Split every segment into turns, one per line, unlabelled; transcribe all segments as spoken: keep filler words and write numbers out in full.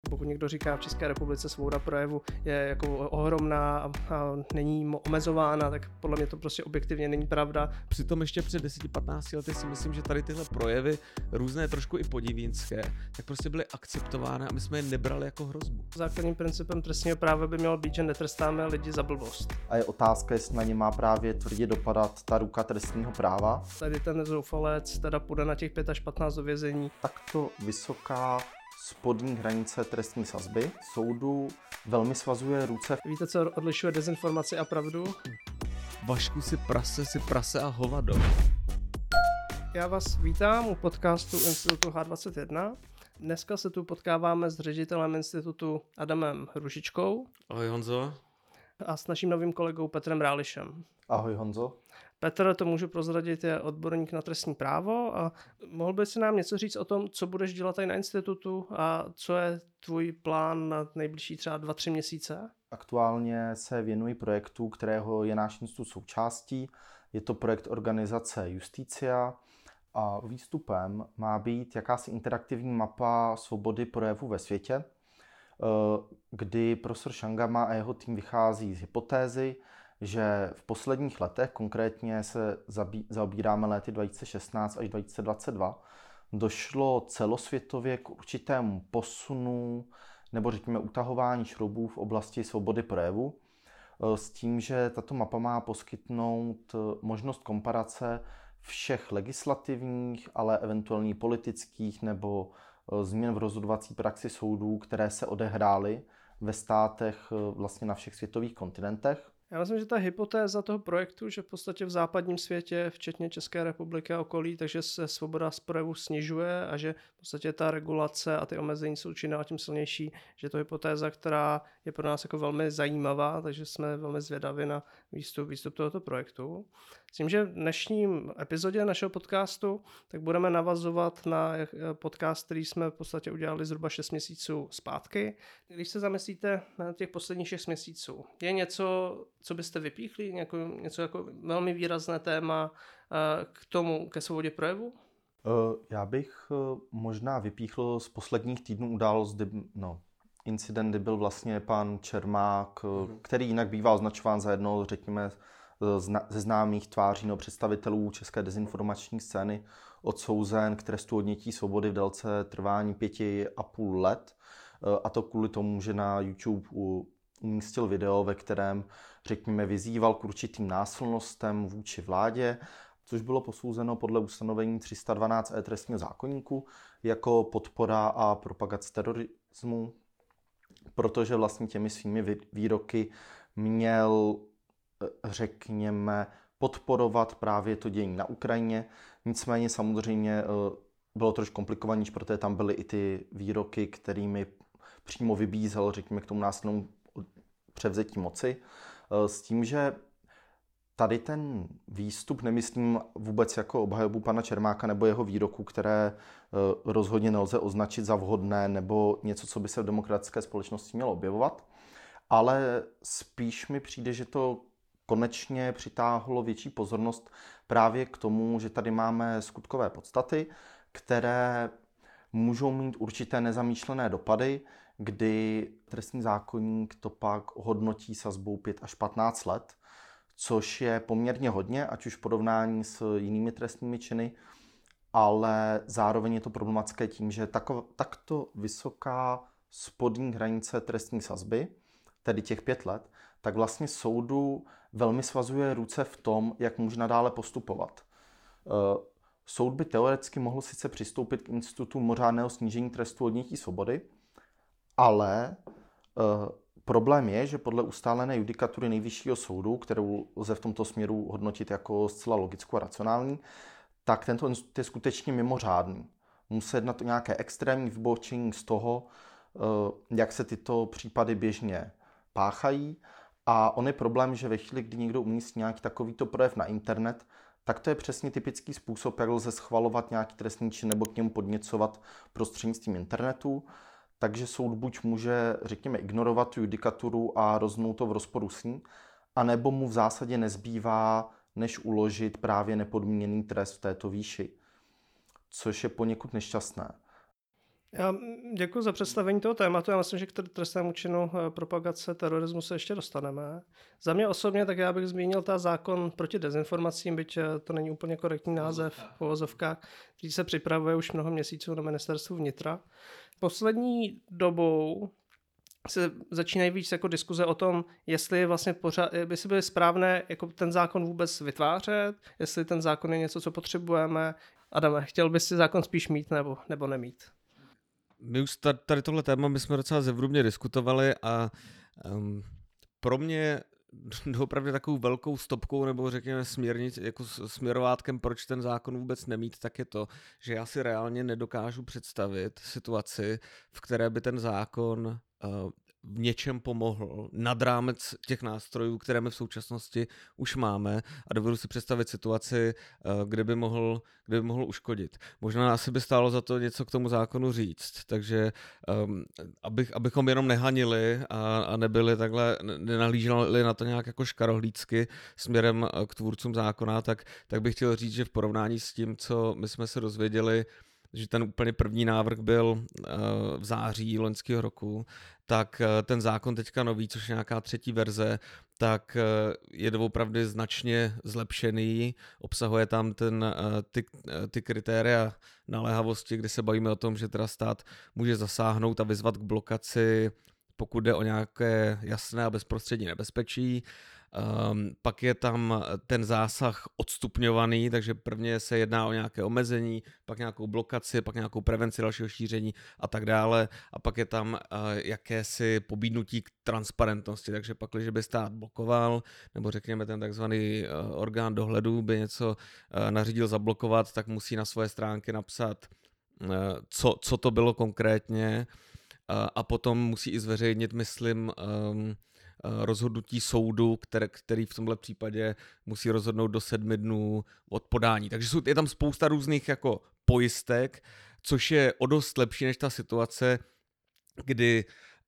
Pokud někdo říká v České republice svoboda projevu je jako ohromná a, a není omezována, tak podle mě to prostě objektivně není pravda.
Přitom ještě před deseti patnácti lety si myslím, že tady tyhle projevy, různé trošku i podivínské, tak prostě byly akceptovány a my jsme je nebrali jako hrozbu.
Základním principem trestního práva by mělo být, že netrestáme lidi za blbost.
A je otázka, jestli na ně má právě tvrdě dopadat ta ruka trestního práva.
Tady ten zoufalec teda půjde na těch pět až patnáct do vězení.
Takto vysoká spodní hranice trestní sazby soudu velmi svazuje ruce.
Víte, co odlišuje dezinformaci a pravdu?
Vašku si prase, si prase a hovado.
Já vás vítám u podcastu Institutu H dvacet jedna. Dneska se tu potkáváme s ředitelem institutu Adamem Hrušičkou.
Ahoj Honzo.
A s naším novým kolegou Petrem Rálišem.
Ahoj Honzo.
Petr, to můžu prozradit, je odborník na trestní právo a mohl by si nám něco říct o tom, co budeš dělat tady na institutu a co je tvůj plán na nejbližší třeba dva, tři měsíce?
Aktuálně se věnuji projektu, kterého je náš institut součástí. Je to projekt organizace Justicia a výstupem má být jakási interaktivní mapa svobody projevu ve světě, kdy profesor Šangama a jeho tým vychází z hypotézy, že v posledních letech, konkrétně se zaobíráme lety dva tisíce šestnáct až dva tisíce dvacet dva, došlo celosvětově k určitému posunu nebo řekněme utahování šroubů v oblasti svobody projevu s tím, že tato mapa má poskytnout možnost komparace všech legislativních, ale eventuálně politických nebo změn v rozhodovací praxi soudů, které se odehrály ve státech vlastně na všech světových kontinentech.
Já myslím, že ta hypotéza toho projektu, že v podstatě v západním světě, včetně České republiky a okolí, takže se svoboda z projevu snižuje a že v podstatě ta regulace a ty omezení jsou čím dál tím silnější, že to je hypotéza, která je pro nás jako velmi zajímavá, takže jsme velmi zvědaví na výstup, výstup tohoto projektu. S tím, že v dnešním epizodě našeho podcastu tak budeme navazovat na podcast, který jsme v podstatě udělali zhruba šest měsíců zpátky. Když se zamyslíte na těch posledních šest měsíců, je něco, co byste vypíchli, něco, něco jako velmi výrazné téma k tomu, ke svobodě projevu?
Já bych možná vypíchl z posledních týdnů událost, no, incident, kdy byl vlastně pan Čermák, mm. který jinak bývá označován za jednoho, řekněme, ze známých tváří no, představitelů české dezinformační scény, odsouzen k trestu odnětí svobody v délce trvání pěti a půl let. A to kvůli tomu, že na YouTube umístil video, ve kterém, řekněme, vyzýval k určitým násilnostem vůči vládě, což bylo posouzeno podle ustanovení tři sta dvanáct e trestního zákoníku jako podpora a propagace terorismu, protože vlastně těmi svými výroky měl, řekněme, podporovat právě to dění na Ukrajině. Nicméně samozřejmě bylo trošku komplikovanější, protože tam byly i ty výroky, kterými přímo vybízel, řekněme, k tomu násilnému převzetí moci. S tím, že tady ten výstup nemyslím vůbec jako obhajobu pana Čermáka nebo jeho výroků, které rozhodně nelze označit za vhodné nebo něco, co by se v demokratické společnosti mělo objevovat, ale spíš mi přijde, že to konečně přitáhlo větší pozornost právě k tomu, že tady máme skutkové podstaty, které můžou mít určité nezamýšlené dopady, kdy trestní zákoník to pak hodnotí sazbou pět až patnáct let, což je poměrně hodně, ať už v porovnání s jinými trestními činy, ale zároveň je to problematické tím, že tako, takto vysoká spodní hranice trestní sazby, tedy těch pět let, tak vlastně soudu velmi svazuje ruce v tom, jak může nadále postupovat. Soud by teoreticky mohl sice přistoupit k institutu mimořádného snížení trestu odnětí svobody, ale e, problém je, že podle ustálené judikatury Nejvyššího soudu, kterou lze v tomto směru hodnotit jako zcela logickou a racionální, tak tento institut je skutečně mimořádný. Musí jednat o nějaké extrémní vybočení z toho, e, jak se tyto případy běžně páchají. A on je problém, že ve chvíli, kdy někdo umístí nějaký takovýto projev na internet, tak to je přesně typický způsob, jak lze schvalovat nějaký trestný čin nebo k němu podněcovat prostřednictvím internetu. Takže soud buď může, řekněme, ignorovat tu judikaturu a rozhodnout to v rozporu s ní, anebo mu v zásadě nezbývá, než uložit právě nepodmíněný trest v této výši, což je poněkud nešťastné.
Já děkuji za představení toho tématu. Já myslím, že k trestnému činu propagace terorismu se ještě dostaneme. Za mě osobně, tak já bych zmínil ta zákon proti dezinformacím, byť to není úplně korektní název v uvozovkách, který se připravuje už mnoho měsíců na ministerstvu vnitra. Poslední dobou se začínají víc jako diskuze o tom, jestli vlastně pořád, by si byly správné jako ten zákon vůbec vytvářet, jestli ten zákon je něco, co potřebujeme. Adame, chtěl bys si zákon spíš mít nebo, nebo nemít?
My už tady tohle téma my jsme docela zevrubně diskutovali a um, pro mě opravdu takovou velkou stopkou nebo řekněme směrnic, jako směrovátkem, proč ten zákon vůbec nemít, tak je to, že já si reálně nedokážu představit situaci, v které by ten zákon uh, v něčem pomohl nad rámec těch nástrojů, které my v současnosti už máme, a dovedu si představit situaci, kde by mohl, kde by mohl uškodit. Možná asi by stálo za to něco k tomu zákonu říct, takže um, abych, abychom jenom nehanili a, a nebyli takhle, nenahlíželi na to nějak jako škarohlídsky směrem k tvůrcům zákona, tak, tak bych chtěl říct, že v porovnání s tím, co my jsme se dozvěděli, že ten úplně první návrh byl uh, v září loňského roku, tak uh, ten zákon teďka nový, což je nějaká třetí verze, tak uh, je opravdu značně zlepšený, obsahuje tam ten, uh, ty, uh, ty kritéria naléhavosti, kdy se bavíme o tom, že teda stát může zasáhnout a vyzvat k blokaci, pokud jde o nějaké jasné a bezprostřední nebezpečí. Um, pak je tam ten zásah odstupňovaný, takže prvně se jedná o nějaké omezení, pak nějakou blokaci, pak nějakou prevenci dalšího šíření a tak dále. A pak je tam uh, jakési pobídnutí k transparentnosti, takže pak, když by stát blokoval, nebo řekněme ten takzvaný uh, orgán dohledu by něco uh, nařídil zablokovat, tak musí na svoje stránky napsat, uh, co, co to bylo konkrétně, uh, a potom musí i zveřejnit, myslím, um, rozhodnutí soudu, které, který v tomhle případě musí rozhodnout do sedmi dnů od podání. Takže jsou, je tam spousta různých jako pojistek, což je o dost lepší než ta situace, kdy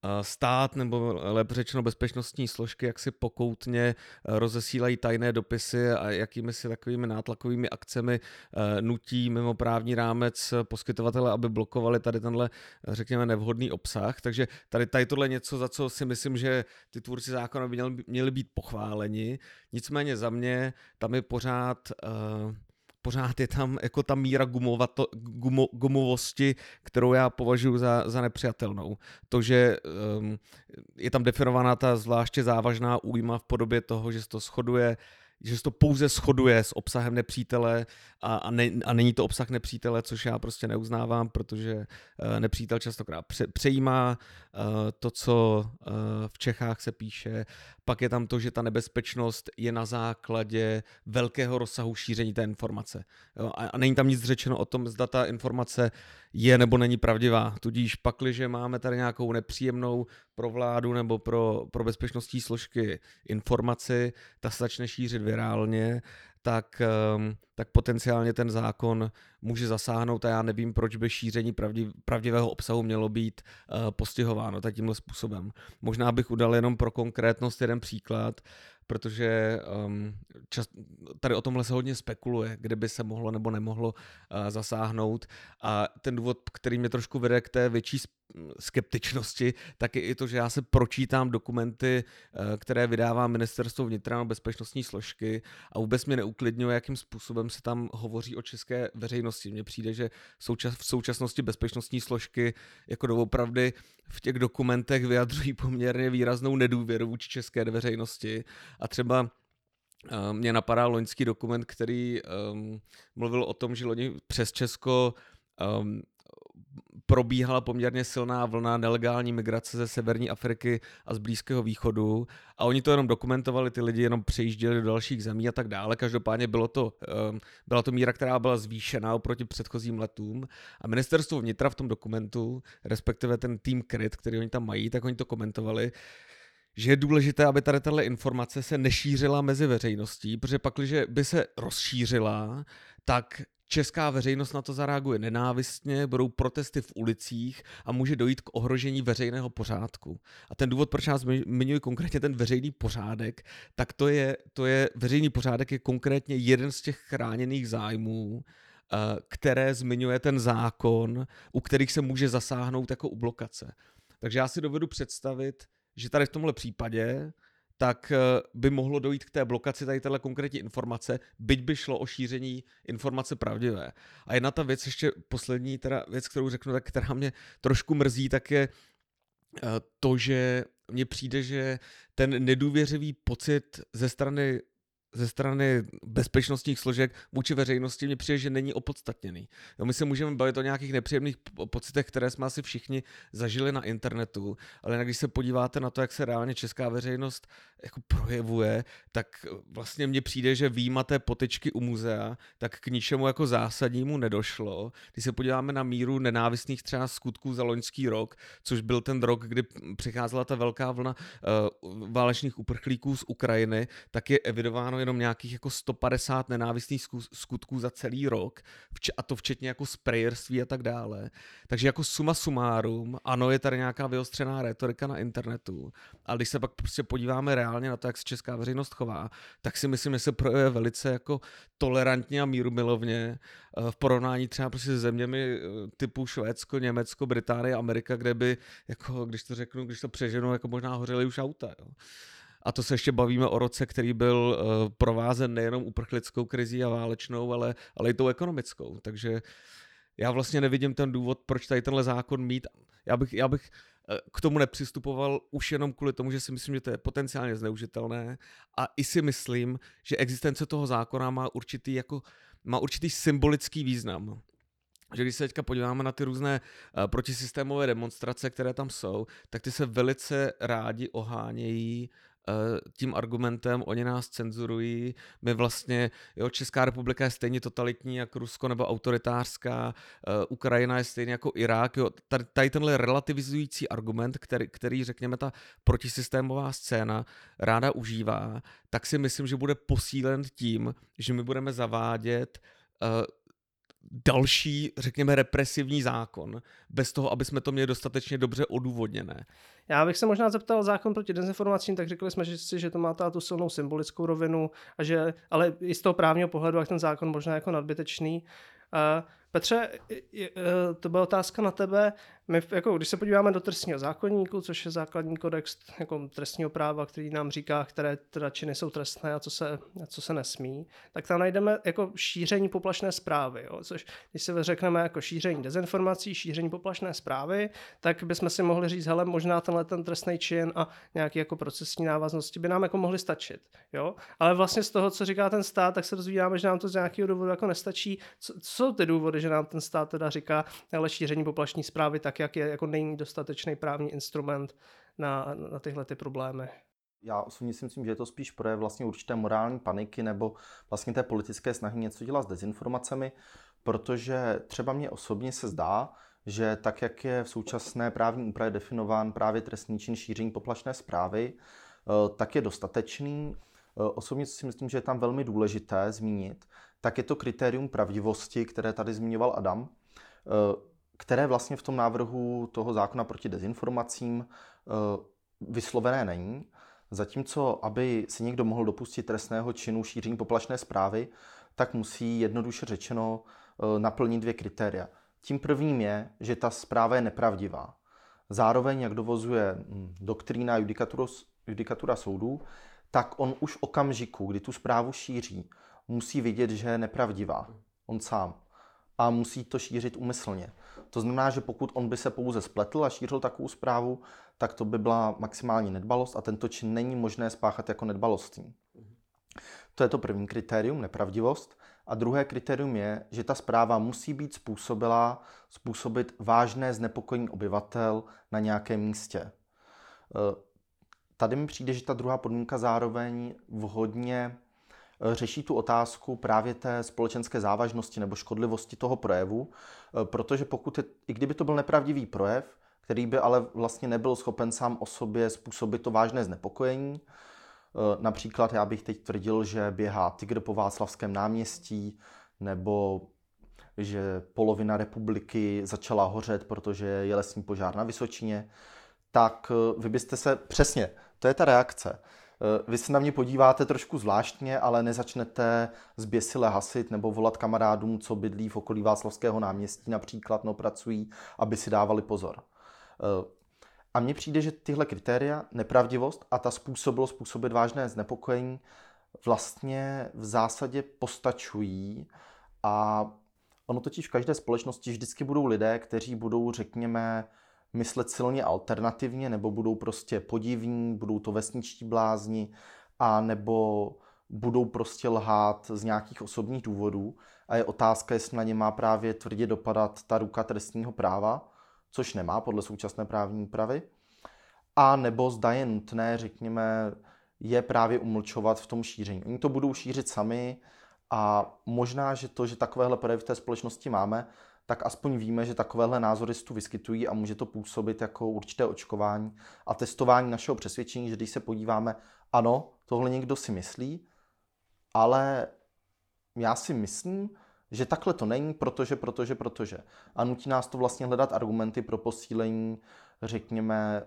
stát, nebo lépe řečeno bezpečnostní složky, jak si pokoutně rozesílají tajné dopisy a jakými si takovými nátlakovými akcemi nutí mimo právní rámec poskytovatele, aby blokovali tady tenhle, řekněme, nevhodný obsah. Takže tady, tady tohle je něco, za co si myslím, že ty tvůrci zákona by měli, měli být pochváleni. Nicméně za mě tam je pořád... Uh, pořád je tam jako ta míra gumovato, gumo, gumovosti, kterou já považuji za, za nepřijatelnou. To, že um, je tam definovaná ta zvláště závažná újma v podobě toho, že se to shoduje, že se to pouze shoduje s obsahem nepřítele a, a, ne, a není to obsah nepřítele, což já prostě neuznávám, protože uh, nepřítel častokrát pře, přejímá uh, to, co uh, v Čechách se píše. Pak je tam to, že ta nebezpečnost je na základě velkého rozsahu šíření té informace. Jo, a, a není tam nic řečeno o tom, zda ta informace je nebo není pravdivá. Tudíž pakliže máme tady nějakou nepříjemnou pro vládu nebo pro, pro bezpečnostní složky informaci, ta se začne šířit virálně, tak, tak potenciálně ten zákon může zasáhnout a já nevím, proč by šíření pravdiv, pravdivého obsahu mělo být uh, postihováno tak tímhle způsobem. Možná bych udal jenom pro konkrétnost jeden příklad, protože um, čas, tady o tomhle se hodně spekuluje, kde by se mohlo nebo nemohlo uh, zasáhnout, a ten důvod, který mě trošku vede k té větší skeptičnosti, tak je i to, že já se pročítám dokumenty, které vydává Ministerstvo vnitra nebo bezpečnostní složky, a vůbec mě neuklidňuje, jakým způsobem se tam hovoří o české veřejnosti. Mně přijde, že součas, v současnosti bezpečnostní složky jako doopravdy v těch dokumentech vyjadřují poměrně výraznou nedůvěru vůči české veřejnosti, a třeba uh, mě napadá loňský dokument, který um, mluvil o tom, že loni přes Česko um, probíhala poměrně silná vlna nelegální migrace ze severní Afriky a z Blízkého východu, a oni to jenom dokumentovali, ty lidi jenom přejížděli do dalších zemí a tak dále. Každopádně bylo to, byla to míra, která byla zvýšená oproti předchozím letům, a Ministerstvo vnitra v tom dokumentu, respektive ten tým kryt, který oni tam mají, tak oni to komentovali, že je důležité, aby tady tato informace se nešířila mezi veřejností, protože pakliže by se rozšířila, tak česká veřejnost na to zareaguje nenávistně, budou protesty v ulicích a může dojít k ohrožení veřejného pořádku. A ten důvod, proč já zmiňuji konkrétně ten veřejný pořádek, tak to je, to je veřejný pořádek je konkrétně jeden z těch chráněných zájmů, které zmiňuje ten zákon, u kterých se může zasáhnout jako u blokace. Takže já si dovedu představit, že tady v tomhle případě tak by mohlo dojít k té blokaci tady téhle konkrétní informace, byť by šlo o šíření informace pravdivé. A jedna ta věc, ještě poslední teda věc, kterou řeknu, tak která mě trošku mrzí, tak je to, že mně přijde, že ten nedůvěřivý pocit ze strany ze strany bezpečnostních složek vůči veřejnosti mně přijde, že není opodstatněný. Jo, my se můžeme bavit o nějakých nepříjemných pocitech, které jsme asi všichni zažili na internetu, ale když se podíváte na to, jak se reálně česká veřejnost jako projevuje, tak vlastně mně přijde, že výjima té potyčky u muzea, tak k ničemu jako zásadnímu nedošlo. Když se podíváme na míru nenávistných třeba skutků za loňský rok, což byl ten rok, kdy přicházela ta velká vlna uh, válečných uprchlíků z Ukrajiny, tak je evidováno jenom nějakých jako sto padesát nenávistných skutků za celý rok, a to včetně jako sprayerství a tak dále. Takže jako suma sumárum, ano, je tady nějaká vyostřená rétorika na internetu, ale když se pak prostě podíváme reálně na to, jak se česká veřejnost chová, tak si myslím, že se projevuje velice jako tolerantně a mírumilovně v porovnání třeba prostě se zeměmi typu Švédsko, Německo, Británie, Amerika, kde by, jako, když to řeknu, když to přeženu, jako možná hořely už auta, jo. A to se ještě bavíme o roce, který byl uh, provázen nejenom uprchlickou krizí a válečnou, ale, ale i tou ekonomickou. Takže já vlastně nevidím ten důvod, proč tady tenhle zákon mít. Já bych, já bych uh, k tomu nepřistupoval už jenom kvůli tomu, že si myslím, že to je potenciálně zneužitelné, a i si myslím, že existence toho zákona má určitý, jako, má určitý symbolický význam. Že když se teďka podíváme na ty různé uh, protisystémové demonstrace, které tam jsou, tak ty se velice rádi ohánějí tím argumentem, oni nás cenzurují, my vlastně, jo, Česká republika je stejně totalitní jako Rusko nebo autoritářská, uh, Ukrajina je stejně jako Irák, jo, tady, tady tenhle relativizující argument, který, který, řekněme, ta protisystémová scéna ráda užívá, tak si myslím, že bude posílen tím, že my budeme zavádět uh, další, řekněme, represivní zákon, bez toho, aby jsme to měli dostatečně dobře odůvodněné.
Já bych se možná zeptal zákon proti dezinformacím, tak řekli jsme že si, že to má tu silnou symbolickou rovinu, a že, ale i z toho právního pohledu, jak ten zákon možná jako nadbytečný. Uh, Petře, to byla otázka na tebe. My, jako, když se podíváme do trestního zákoníku, což je základní kodex jako trestního práva, který nám říká, které teda činy jsou trestné a co se, a co se nesmí, tak tam najdeme jako šíření poplašné zprávy. Jo? Což, když se řekneme jako šíření dezinformací, šíření poplašné zprávy, tak bychom si mohli říct, hele, možná tenhle ten trestný čin a nějaké jako procesní návaznosti by nám jako mohly stačit. Jo? Ale vlastně z toho, co říká ten stát, tak se dozvídáme, že nám to z nějakého důvodu jako nestačí. Co, co jsou ty důvody, že nám ten stát teda říká, ale šíření poplašné zprávy tak, jak je, jako není dostatečný právní instrument na, na tyhle ty problémy?
Já osobně si myslím, že je to spíš projev vlastně určité morální paniky nebo vlastně té politické snahy něco dělat s dezinformacemi, protože třeba mně osobně se zdá, že tak, jak je v současné právní úpravě definován právě trestný čin šíření poplašné zprávy, tak je dostatečný. Osobně si myslím, že je tam velmi důležité zmínit, tak je to kritérium pravdivosti, které tady zmiňoval Adam, které vlastně v tom návrhu toho zákona proti dezinformacím vyslovené není. Zatímco, aby si někdo mohl dopustit trestného činu šíření poplašné zprávy, tak musí jednoduše řečeno naplnit dvě kritéria. Tím prvním je, že ta zpráva je nepravdivá. Zároveň, jak dovozuje doktrína judikatura soudů, tak on už v okamžiku, kdy tu zprávu šíří, musí vidět, že je nepravdivá. On sám. A musí to šířit úmyslně. To znamená, že pokud on by se pouze spletl a šířil takovou zprávu, tak to by byla maximální nedbalost a tento čin není možné spáchat jako nedbalostní. To je to první kritérium, nepravdivost. A druhé kritérium je, že ta zpráva musí být způsobila, způsobit vážné znepokojení obyvatel na nějakém místě. Tady mi přijde, že ta druhá podmínka zároveň vhodně řeší tu otázku právě té společenské závažnosti nebo škodlivosti toho projevu, protože pokud je, i kdyby to byl nepravdivý projev, který by ale vlastně nebyl schopen sám o sobě způsobit to vážné znepokojení, například já bych teď tvrdil, že běhá tygr po Václavském náměstí, nebo že polovina republiky začala hořet, protože je lesní požár na Vysočině, tak vy byste se, přesně, to je ta reakce. Vy se na mě podíváte trošku zvláštně, ale nezačnete zběsile hasit nebo volat kamarádům, co bydlí v okolí Václavského náměstí například, no pracují, aby si dávali pozor. A mně přijde, že tyhle kritéria, nepravdivost a ta způsobilost způsobit vážné znepokojení vlastně v zásadě postačují a ono totiž v každé společnosti vždycky budou lidé, kteří budou, řekněme, myslet silně alternativně, nebo budou prostě podivní, budou to vesničtí blázni, a nebo budou prostě lhát z nějakých osobních důvodů. A je otázka, jestli na ně má právě tvrdě dopadat ta ruka trestního práva, což nemá podle současné právní úpravy. A nebo zda je nutné, řekněme, je právě umlčovat v tom šíření. Oni to budou šířit sami a možná, že to, že takovéhle projevy v té společnosti máme, tak aspoň víme, že takovéhle názory se tu vyskytují a může to působit jako určité očkování a testování našeho přesvědčení, že když se podíváme, ano, tohle někdo si myslí, ale já si myslím, že takhle to není, protože, protože, protože. A nutí nás to vlastně hledat argumenty pro posílení, řekněme,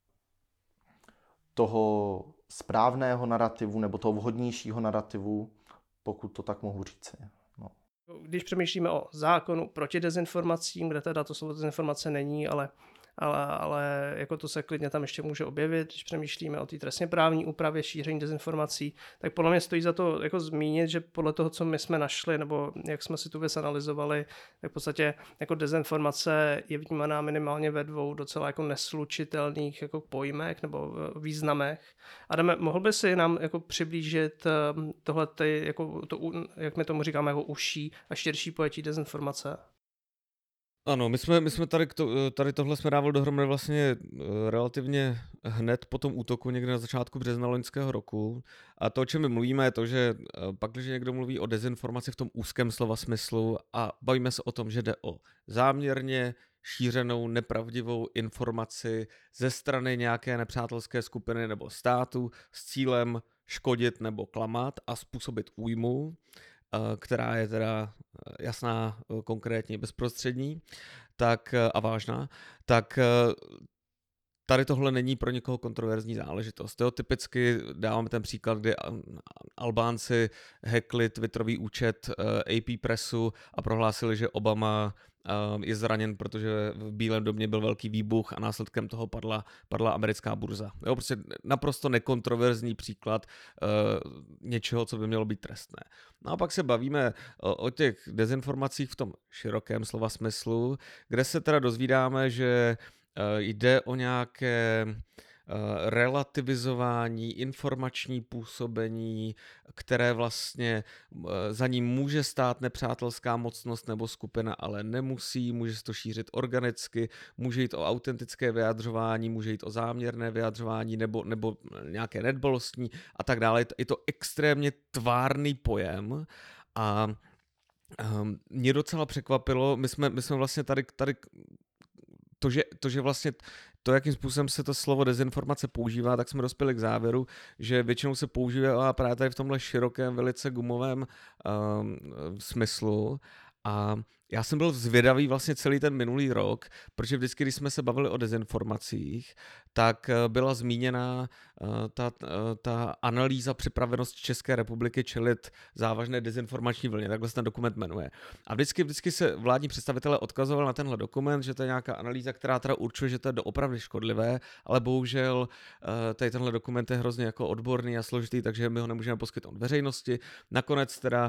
toho správného narrativu nebo toho vhodnějšího narrativu, pokud to tak mohu říci. No.
Když přemýšlíme o zákonu proti dezinformacím, kde teda to slovo dezinformace není, ale, ale, ale jako to se klidně tam ještě může objevit, když přemýšlíme o té trestně právní úpravě šíření dezinformací, tak podle mě stojí za to jako zmínit, že podle toho, co my jsme našli, nebo jak jsme si tu věc analyzovali, tak v podstatě jako dezinformace je vnímaná minimálně ve dvou docela jako neslučitelných jako pojmech nebo významech. Adame, mohl by si nám jako přiblížit tohle, ty, jako to, jak my tomu říkáme, jako užší a širší pojetí dezinformace?
Ano, my jsme, my jsme tady, to, tady tohle jsme dávali dohromady vlastně relativně hned po tom útoku někde na začátku března loňského roku. A to, o čem my mluvíme, je to, že pak, když někdo mluví o dezinformaci v tom úzkém slova smyslu a bavíme se o tom, že jde o záměrně šířenou nepravdivou informaci ze strany nějaké nepřátelské skupiny nebo státu s cílem škodit nebo klamat a způsobit újmu, která je teda jasná, konkrétní, bezprostřední tak, a vážná, tak tady tohle není pro někoho kontroverzní záležitost. Jo, typicky dáváme ten příklad, kdy Albánci hackli twitterový účet A P Pressu a prohlásili, že Obama je zraněn, protože v Bílém domě byl velký výbuch a následkem toho padla, padla americká burza. Jo, prostě naprosto nekontroverzní příklad uh, něčeho, co by mělo být trestné. No a pak se bavíme o, o těch dezinformacích v tom širokém slova smyslu, kde se teda dozvídáme, že uh, jde o nějaké relativizování, informační působení, které vlastně za ním může stát nepřátelská mocnost nebo skupina, ale nemusí, může se to šířit organicky, může jít o autentické vyjadřování, může jít o záměrné vyjadřování nebo, nebo nějaké nedbalostní a tak dále. Je to extrémně tvárný pojem a um, mě docela překvapilo, my jsme, my jsme vlastně tady, tady to, že, to, že vlastně to, jakým způsobem se to slovo dezinformace používá, tak jsme dospěli k závěru, že většinou se používá právě tady v tomhle širokém, velice gumovém um, smyslu. A já jsem byl zvědavý vlastně celý ten minulý rok, protože vždycky, když jsme se bavili o dezinformacích, tak byla zmíněna ta, ta analýza připravenosti České republiky čelit závažné dezinformační vlně, takhle se ten dokument jmenuje. A vždycky, vždycky se vládní představitelé odkazovali na tenhle dokument, že to je nějaká analýza, která teda určuje, že to je doopravdy škodlivé, ale bohužel tady tenhle dokument je hrozně jako odborný a složitý, takže my ho nemůžeme poskytnout veřejnosti. Nakonec teda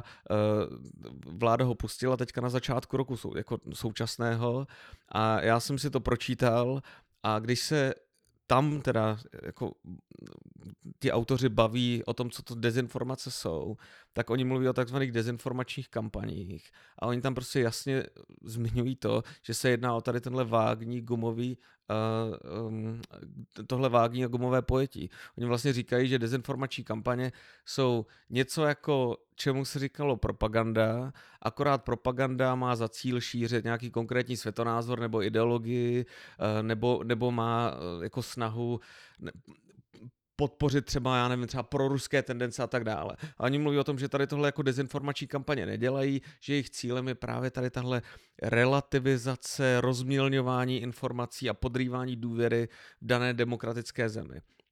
vláda ho pustila teďka na začátku roku sou, jako současného a já jsem si to pročítal a když se tam teda jako ti autoři baví o tom, co to dezinformace jsou, tak oni mluví o takzvaných dezinformačních kampaních a oni tam prostě jasně zmiňují to, že se jedná o tady tenhle vágní gumový uh, um, tohle vágní a gumové pojetí. Oni vlastně říkají, že dezinformační kampaně jsou něco jako čemu se říkalo propaganda, akorát propaganda má za cíl šířit nějaký konkrétní světonázor nebo ideologii, uh, nebo, nebo má uh, jako snahu ne, podpořit třeba, já nevím, třeba proruské tendence a tak dále. A oni mluví o tom, že tady tohle jako dezinformační kampaně nedělají, že jejich cílem je právě tady tahle relativizace, rozmělňování informací a podrývání důvěry v dané demokratické zemi.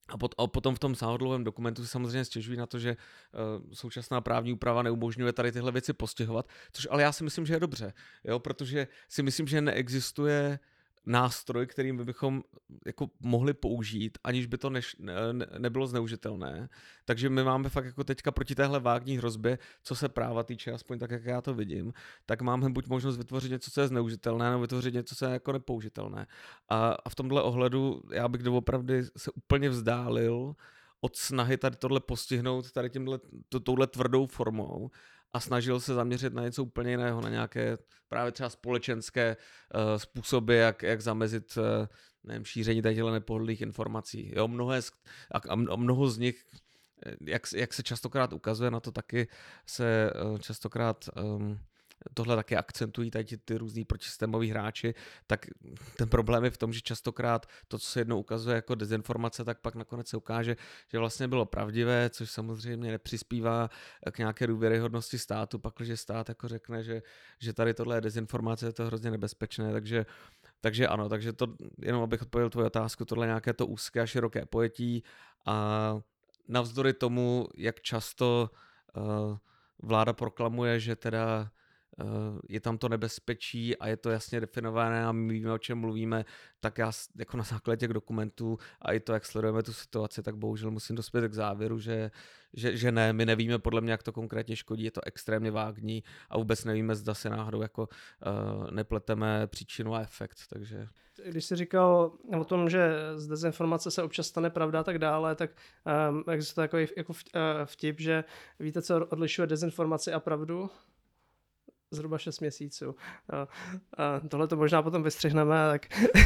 A, pot, a potom v tom sáhodlovém dokumentu si samozřejmě stěžují na to, že uh, současná právní úprava neumožňuje tady tyhle věci postihovat, což ale já si myslím, že je dobře, jo, protože si myslím, že neexistuje nástroj, kterým bychom jako mohli použít, aniž by to neš, ne, nebylo zneužitelné. Takže my máme fakt jako teďka proti téhle vágní hrozbě, co se práva týče, aspoň tak, jak já to vidím, tak máme buď možnost vytvořit něco, co je zneužitelné, nebo vytvořit něco, co je jako nepoužitelné. A, a v tomhle ohledu já bych doopravdy se úplně vzdálil od snahy tady tohle postihnout tady tímhle, to, touhle tvrdou formou a snažil se zaměřit na něco úplně jiného, na nějaké právě třeba společenské uh, způsoby, jak, jak zamezit uh, nevím, šíření těchto nepohodlných informací. Jo, mnohé z, a, a mnoho z nich, jak, jak se častokrát ukazuje, na to taky se uh, častokrát um, tohle taky akcentují tady ty, ty různý protisystémoví hráči, tak ten problém je v tom, že častokrát to, co se jednou ukazuje jako dezinformace, tak pak nakonec se ukáže, že vlastně bylo pravdivé, což samozřejmě nepřispívá k nějaké důvěryhodnosti státu, pakliže stát jako řekne, že, že tady tohle je dezinformace, je to hrozně nebezpečné, takže takže ano, takže to, jenom abych odpověděl tvoji otázku, tohle je nějaké to úzké a široké pojetí a navzdory tomu, jak často uh, vláda proklamuje, že teda je tam to nebezpečí a je to jasně definované a my víme, o čem mluvíme, tak já jako na základě těch dokumentů a i to, jak sledujeme tu situaci, tak bohužel musím dospět k závěru, že, že, že ne, my nevíme podle mě, jak to konkrétně škodí, je to extrémně vágní a vůbec nevíme, zda se náhodou jako uh, nepleteme příčinu a efekt, takže...
Když jsi říkal o tom, že z dezinformace se občas stane pravda a tak dále, tak um, existuje takový jako vtip, že víte, co odlišuje dezinformaci a pravdu? Zhruba šest měsíců. No. A tohle to možná potom vystřihneme, tak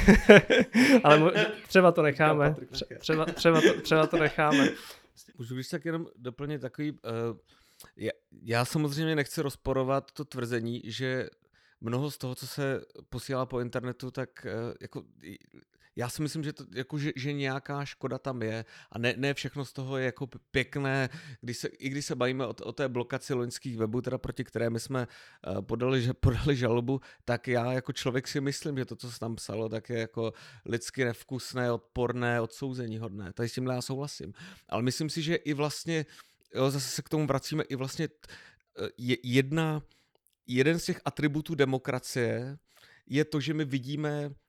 ale mo- třeba to necháme. Třeba, třeba, to, třeba to necháme.
Můžu když tak jenom doplnit takový... Uh, já, já samozřejmě nechci rozporovat to tvrzení, že mnoho z toho, co se posílá po internetu, tak uh, jako... Já si myslím, že, to, jako, že, že nějaká škoda tam je a ne, ne všechno z toho je jako pěkné, když se, i když se bavíme o, o té blokaci loňských webů, teda proti které my jsme uh, podali, že, podali žalobu, tak já jako člověk si myslím, že to, co se tam psalo, tak je jako lidsky nevkusné, odporné, odsouzeníhodné. Tady s tímhle já souhlasím. Ale myslím si, že i vlastně, jo, zase se k tomu vracíme, i vlastně je, jedna, jeden z těch atributů demokracie je to, že my vidíme uh,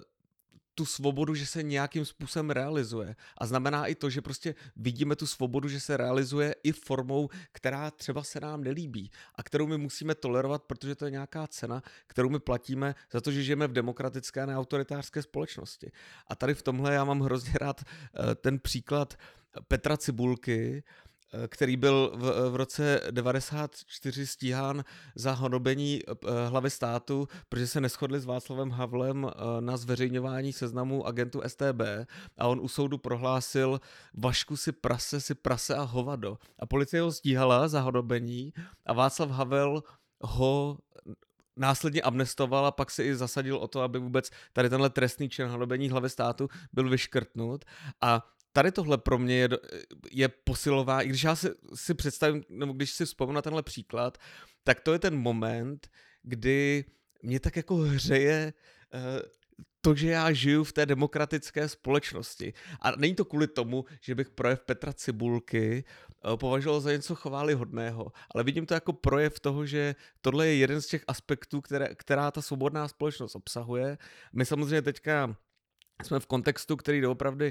tu svobodu, že se nějakým způsobem realizuje. A znamená i to, že prostě vidíme tu svobodu, že se realizuje i formou, která třeba se nám nelíbí a kterou my musíme tolerovat, protože to je nějaká cena, kterou my platíme za to, že žijeme v demokratické a neautoritářské společnosti. A tady v tomhle já mám hrozně rád ten příklad Petra Cibulky, který byl v, v roce devadesát čtyři stíhán za hanobení hlavy státu, protože se neshodli s Václavem Havlem na zveřejňování seznamu agentů S T B a on u soudu prohlásil: Vašku si prase, si prase a hovado. A policie ho stíhala za hanobení a Václav Havel ho následně amnestoval a pak se i zasadil o to, aby vůbec tady tenhle trestný čin hanobení hlavy státu byl vyškrtnut. A tady tohle pro mě je, je posilová, i když já si, si představím, nebo když si vzpomenu na tenhle příklad, tak to je ten moment, kdy mě tak jako hřeje uh, to, že já žiju v té demokratické společnosti. A není to kvůli tomu, že bych projev Petra Cibulky uh, považoval za něco chvályhodného, ale vidím to jako projev toho, že tohle je jeden z těch aspektů, které, která ta svobodná společnost obsahuje. My samozřejmě teďka jsme v kontextu, který doopravdy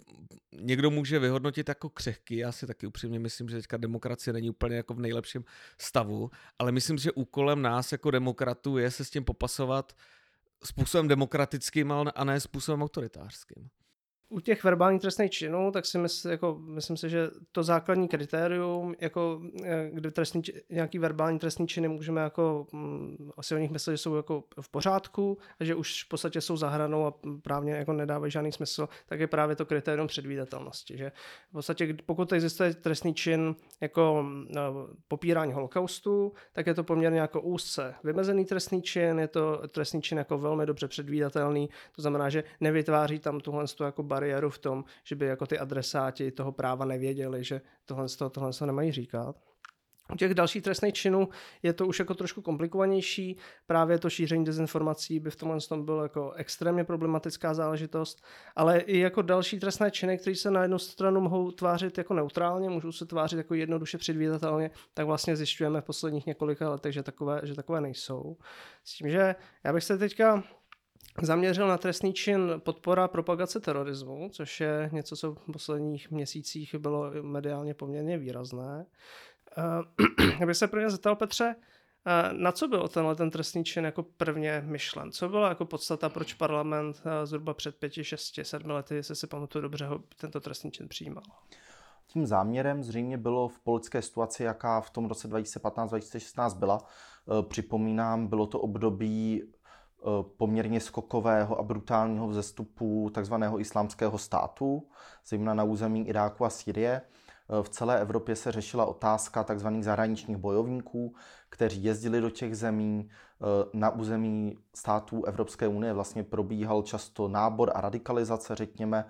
někdo může vyhodnotit jako křehký. Já si taky upřímně myslím, že teďka demokracie není úplně jako v nejlepším stavu, ale myslím, že úkolem nás jako demokratů je se s tím popasovat způsobem demokratickým, a ne způsobem autoritářským.
U těch verbálních trestných činů, tak si mysl, jako, myslím si, že to základní kritérium, jako, kdy trestný, nějaký verbální trestný činy můžeme jako, m, asi o nich myslet, že jsou jako v pořádku, a že už v podstatě jsou za hranou a právně jako nedávají žádný smysl, tak je právě to kritérium předvídatelnosti. Že v podstatě, pokud existuje trestný čin jako no, popírání holokaustu, tak je to poměrně jako úzce vymezený trestný čin, je to trestný čin jako velmi dobře předvídatelný, to znamená, že nevytváří tam tuhle jako bariéru v tom, že by jako ty adresáti toho práva nevěděli, že tohle, tohle nemají říkat. U těch dalších trestných činů je to už jako trošku komplikovanější. Právě to šíření dezinformací by v tomhle tom bylo jako extrémně problematická záležitost, ale i jako další trestné činy, které se na jednu stranu mohou tvářit jako neutrálně, můžou se tvářit jako jednoduše předvídatelně, tak vlastně zjišťujeme v posledních několika letech, že takové, že takové nejsou. S tím, že já bych se teďka zaměřil na trestný čin podpora propagace terorismu, což je něco, co v posledních měsících bylo mediálně poměrně výrazné. Já bych se prvně zeptal, Petře, na co byl tenhle ten trestný čin jako prvně myšlen? Co byla jako podstata, proč parlament zhruba před pěti, šesti, sedmi lety, jestli si pamatuju dobře, ho tento trestný čin přijímal?
Tím záměrem zřejmě bylo v politické situaci, jaká v tom roce dva tisíce patnáct dva tisíce šestnáct byla. Připomínám, bylo to období poměrně skokového a brutálního vzestupu takzvaného islámského státu, zejména na území Iráku a Sýrie. V celé Evropě se řešila otázka tzv. Zahraničních bojovníků, kteří jezdili do těch zemí. Na území států Evropské unie vlastně probíhal často nábor a radikalizace, řekněme,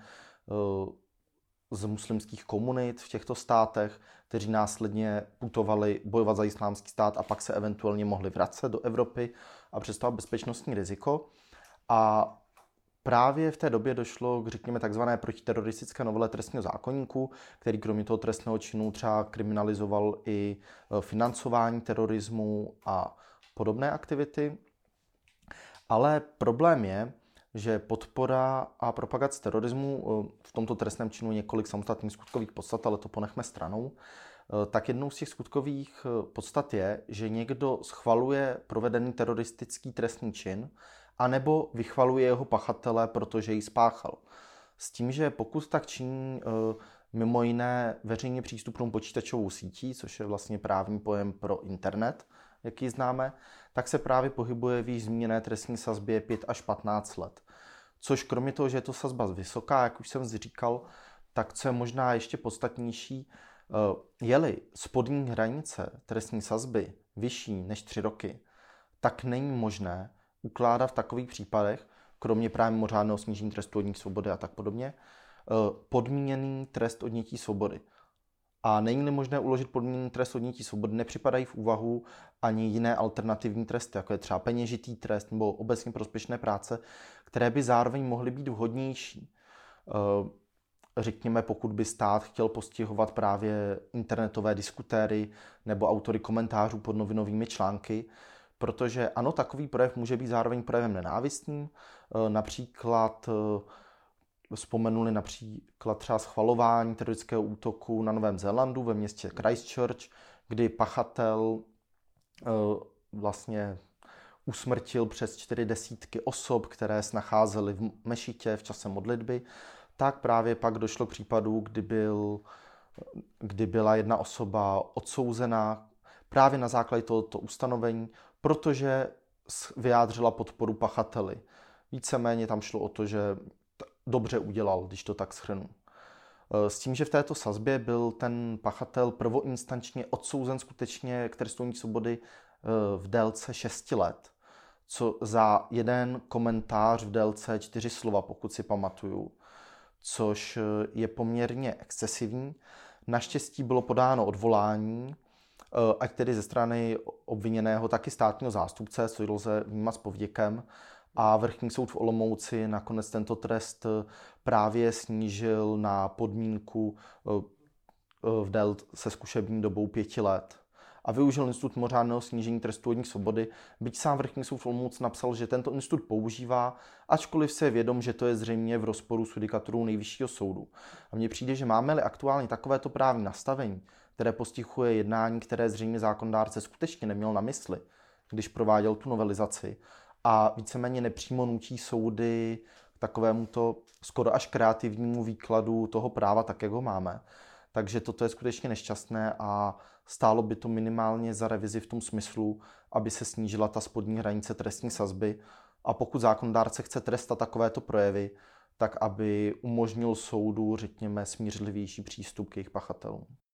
z muslimských komunit v těchto státech, kteří následně putovali bojovat za islámský stát a pak se eventuálně mohli vracet do Evropy a představovat bezpečnostní riziko. A právě v té době došlo k, řekněme, takzvané protiteroristické novele trestního zákoníku, který kromě toho trestného činu třeba kriminalizoval i financování terorismu a podobné aktivity. Ale problém je, že podpora a propagace terorismu, v tomto trestném činu několik samostatných skutkových podstat, ale to ponechme stranou, tak jednou z těch skutkových podstat je, že někdo schvaluje provedený teroristický trestný čin, anebo vychvaluje jeho pachatele, protože ji spáchal. S tím, že pokud tak činí mimo jiné veřejně přístupnou počítačovou sítí, což je vlastně právní pojem pro internet, jak ji známe, tak se právě pohybuje v již zmíněné trestní sazbě pět až patnáct let. Což kromě toho, že je to sazba vysoká, jak už jsem říkal, tak co je možná ještě podstatnější, je-li spodní hranice trestní sazby vyšší než tři roky, tak není možné ukládat v takových případech, kromě právě mimořádného snížení trestu odnětí svobody a tak podobně, podmíněný trest odnětí svobody. A není-li možné uložit podmíněný trest odnětí svobody, nepřipadají v úvahu ani jiné alternativní tresty, jako je třeba peněžitý trest nebo obecně prospěšné práce, které by zároveň mohly být vhodnější. Řekněme, pokud by stát chtěl postihovat právě internetové diskutéry nebo autory komentářů pod novinovými články, protože ano, takový projev může být zároveň projevem nenávistným, například vzpomenuli například třeba schvalování teroristického útoku na Novém Zélandu ve městě Christchurch, kdy pachatel vlastně usmrtil přes čtyři desítky osob, které se nacházely v mešitě v čase modlitby, tak právě pak došlo k případu, kdy, byl, kdy byla jedna osoba odsouzená právě na základě tohoto ustanovení, protože vyjádřila podporu pachateli. Víceméně tam šlo o to, že dobře udělal, když to tak shrnu. S tím, že v této sazbě byl ten pachatel prvoinstančně odsouzen skutečně k trestu odnětí svobody v délce šesti let, co za jeden komentář v délce čtyři slova, pokud si pamatuju, což je poměrně excesivní. Naštěstí bylo podáno odvolání, ať tedy ze strany obviněného, tak i státního zástupce, což lze vnímat s povděkem, a Vrchní soud v Olomouci nakonec tento trest právě snížil na podmínku v délce se zkušební dobou pěti let. A využil institut mimořádného snížení trestu odnětí svobody, byť sám Vrchní soud v Olomouci napsal, že tento institut používá, ačkoliv se je vědom, že to je zřejmě v rozporu s judikaturou Nejvyššího soudu. A mně přijde, že máme-li aktuálně takovéto právní nastavení, které postihuje jednání, které zřejmě zákonodárce skutečně neměl na mysli, když prováděl tu novelizaci, a víceméně nepřímo nutí soudy k takovémuto skoro až kreativnímu výkladu toho práva, tak jak ho máme. Takže toto je skutečně nešťastné a stálo by to minimálně za revizi v tom smyslu, aby se snížila ta spodní hranice trestní sazby, a pokud zákonodárce chce trestat takovéto projevy, tak aby umožnil soudu, řekněme, smířlivější přístup k jejich pachatelům.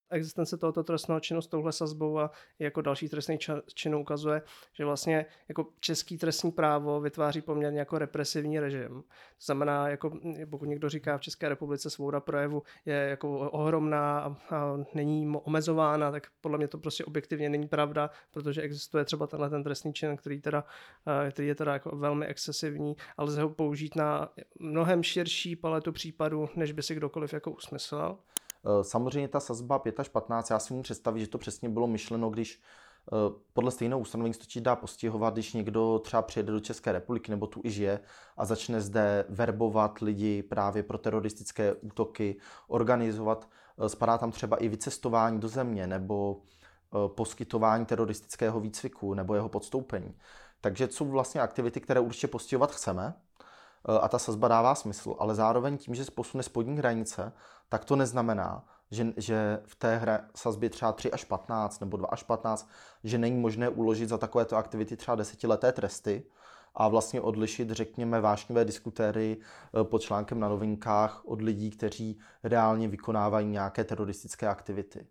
Existence tohoto trestného činu s touhle sazbou a jako další trestný čin ukazuje, že vlastně jako český trestní právo vytváří poměrně jako represivní režim. To znamená, jako pokud někdo říká v České republice svoboda projevu je jako ohromná a, a není omezována, tak podle mě to prostě objektivně není pravda, protože existuje třeba tenhle ten trestný čin, který, teda, který je teda jako velmi excesivní, ale lze ho použít na mnohem širší paletu případů, než by si kdokoliv jako usmyslel.
Samozřejmě ta sazba pět až patnáct, já si můžu představit, že to přesně bylo myšleno, když podle stejného ustanovení se totiž dá postihovat, když někdo třeba přijede do České republiky nebo tu i žije a začne zde verbovat lidi právě pro teroristické útoky, organizovat, spadá tam třeba i vycestování do země nebo poskytování teroristického výcviku nebo jeho podstoupení. Takže jsou vlastně aktivity, které určitě postihovat chceme, a ta sazba dává smysl, ale zároveň tím, že se posune spodní hranice, tak to neznamená, že, že v té hře sazbě třeba tři až patnáct nebo dva až patnáct, že není možné uložit za takovéto aktivity třeba desetileté tresty a vlastně odlišit, řekněme, vášnivé diskutéry pod článkem na Novinkách od lidí, kteří reálně vykonávají nějaké teroristické aktivity.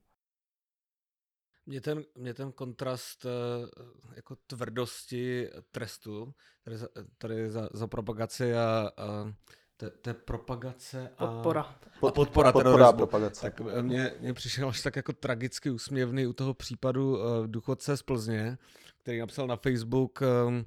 Mě ten, mě ten kontrast jako tvrdosti trestu, tady za, tady za, za propagaci a, a té, té propagace a
podpora,
a podpora,
podpora propagace.
Tak mě, mě přišel až tak jako tragicky úsměvný u toho případu uh, důchodce z Plzně, který napsal na Facebook, um,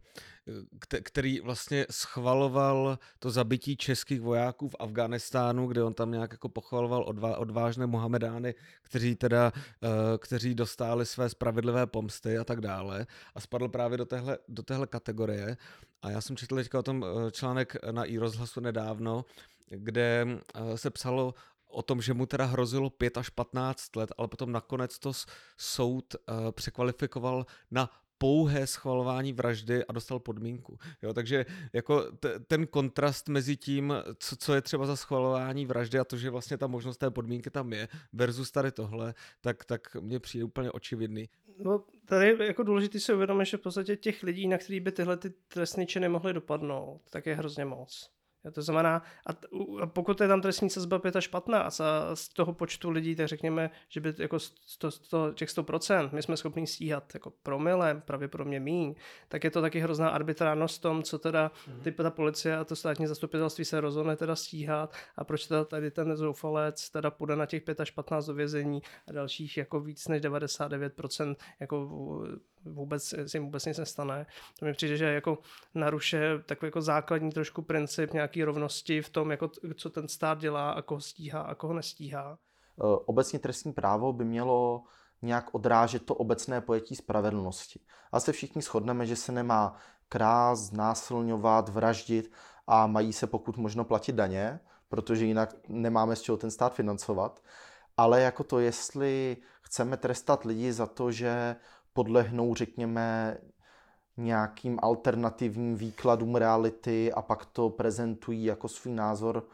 který vlastně schvaloval to zabití českých vojáků v Afghánistánu, kde on tam nějak jako pochvaloval odvá, odvážné Mohamedány, kteří teda, uh, kteří dostáli své spravedlivé pomsty a tak dále a spadl právě do téhle, do téhle kategorie. A já jsem četl teďka o tom článek na iRozhlasu nedávno, kde uh, se psalo o tom, že mu teda hrozilo pět až patnáct let, ale potom nakonec to soud uh, překvalifikoval na pouhé schvalování vraždy a dostal podmínku. Jo, takže jako t- ten kontrast mezi tím, co, co je třeba za schvalování vraždy a to, že vlastně ta možnost té podmínky tam je, versus tady tohle, tak, tak mně přijde úplně očividný.
No, tady je jako důležitý si uvědomit, že v podstatě těch lidí, na který by tyhle ty trestné činy mohly dopadnout, tak je hrozně moc. To znamená, a, t- a pokud je tam trestní sazba pět až patnáct a z toho počtu lidí, tak řekněme, že by jako sto, sto, těch sto procent my jsme schopni stíhat jako promile, pravděpodobně míň, tak je to taky hrozná arbitrárnost v tom, co teda ty, ta policie a to státní zastupitelství se rozhodne teda stíhat a proč teda tady ten zoufalec teda půjde na těch pět až patnáct do vězení a dalších jako víc než devadesát devět procent jako vůbec si vůbec nic nestane. To mi přijde, že jako narušuje takový jako základní trošku princip nějaký rovnosti v tom, jako co ten stát dělá a koho stíhá a koho nestíhá.
Obecně trestní právo by mělo nějak odrážet to obecné pojetí spravedlnosti. A se všichni shodneme, že se nemá krást, znásilňovat, vraždit a mají se pokud možno platit daně, protože jinak nemáme z čeho ten stát financovat. Ale jako to, jestli chceme trestat lidi za to, že podlehnou, řekněme, nějakým alternativním výkladům reality a pak to prezentují jako svůj názor,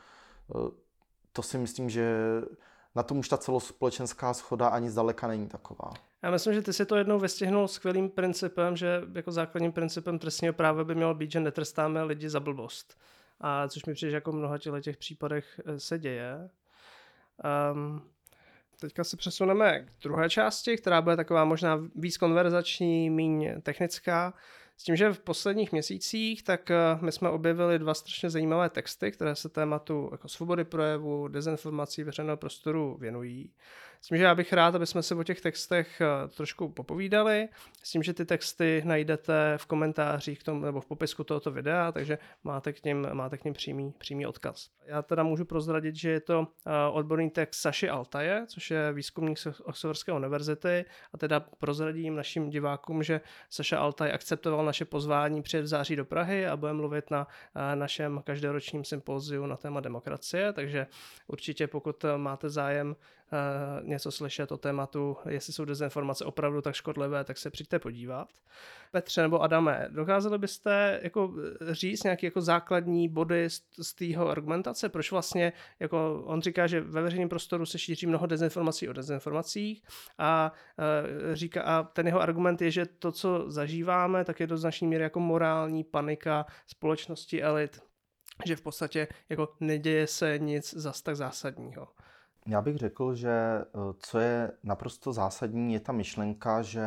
to si myslím, že na tom už ta celospolečenská shoda ani zdaleka není taková.
Já myslím, že ty si to jednou vystihnul skvělým principem, že jako základním principem trestního práva by mělo být, že netrestáme lidi za blbost. A což mi přijde, že jako v mnoha těch případech se děje. Um, Teďka se přesuneme k druhé části, která bude taková možná víc konverzační, míň technická. S tím, že v posledních měsících tak my jsme objevili dva strašně zajímavé texty, které se tématu jako svobody projevu, dezinformací veřejného prostoru věnují. S tím, že já bych rád, aby jsme se o těch textech trošku popovídali. S tím, že ty texty najdete v komentářích k tomu, nebo v popisku tohoto videa, takže máte k nim, máte k nim přímý, přímý odkaz. Já teda můžu prozradit, že je to odborný text Saši Altaje, což je výzkumník z Oxfordské univerzity, a teda prozradím našim divákům, že Saša Altaj akceptoval naše pozvání přijet v září do Prahy a bude mluvit na našem každoročním sympóziu na téma demokracie, takže určitě pokud máte zájem něco slyšet o tématu, jestli jsou dezinformace opravdu tak škodlivé, tak se přijďte podívat. Petře nebo Adame, dokázali byste jako říct nějaké jako základní body z, z tého argumentace, proč vlastně, jako on říká, že ve veřejném prostoru se šíří mnoho dezinformací o dezinformacích a, e, říká, a ten jeho argument je, že to, co zažíváme, tak je do značné míry jako morální panika společnosti elit, že v podstatě jako neděje se nic zas tak zásadního.
Já bych řekl, že co je naprosto zásadní, je ta myšlenka, že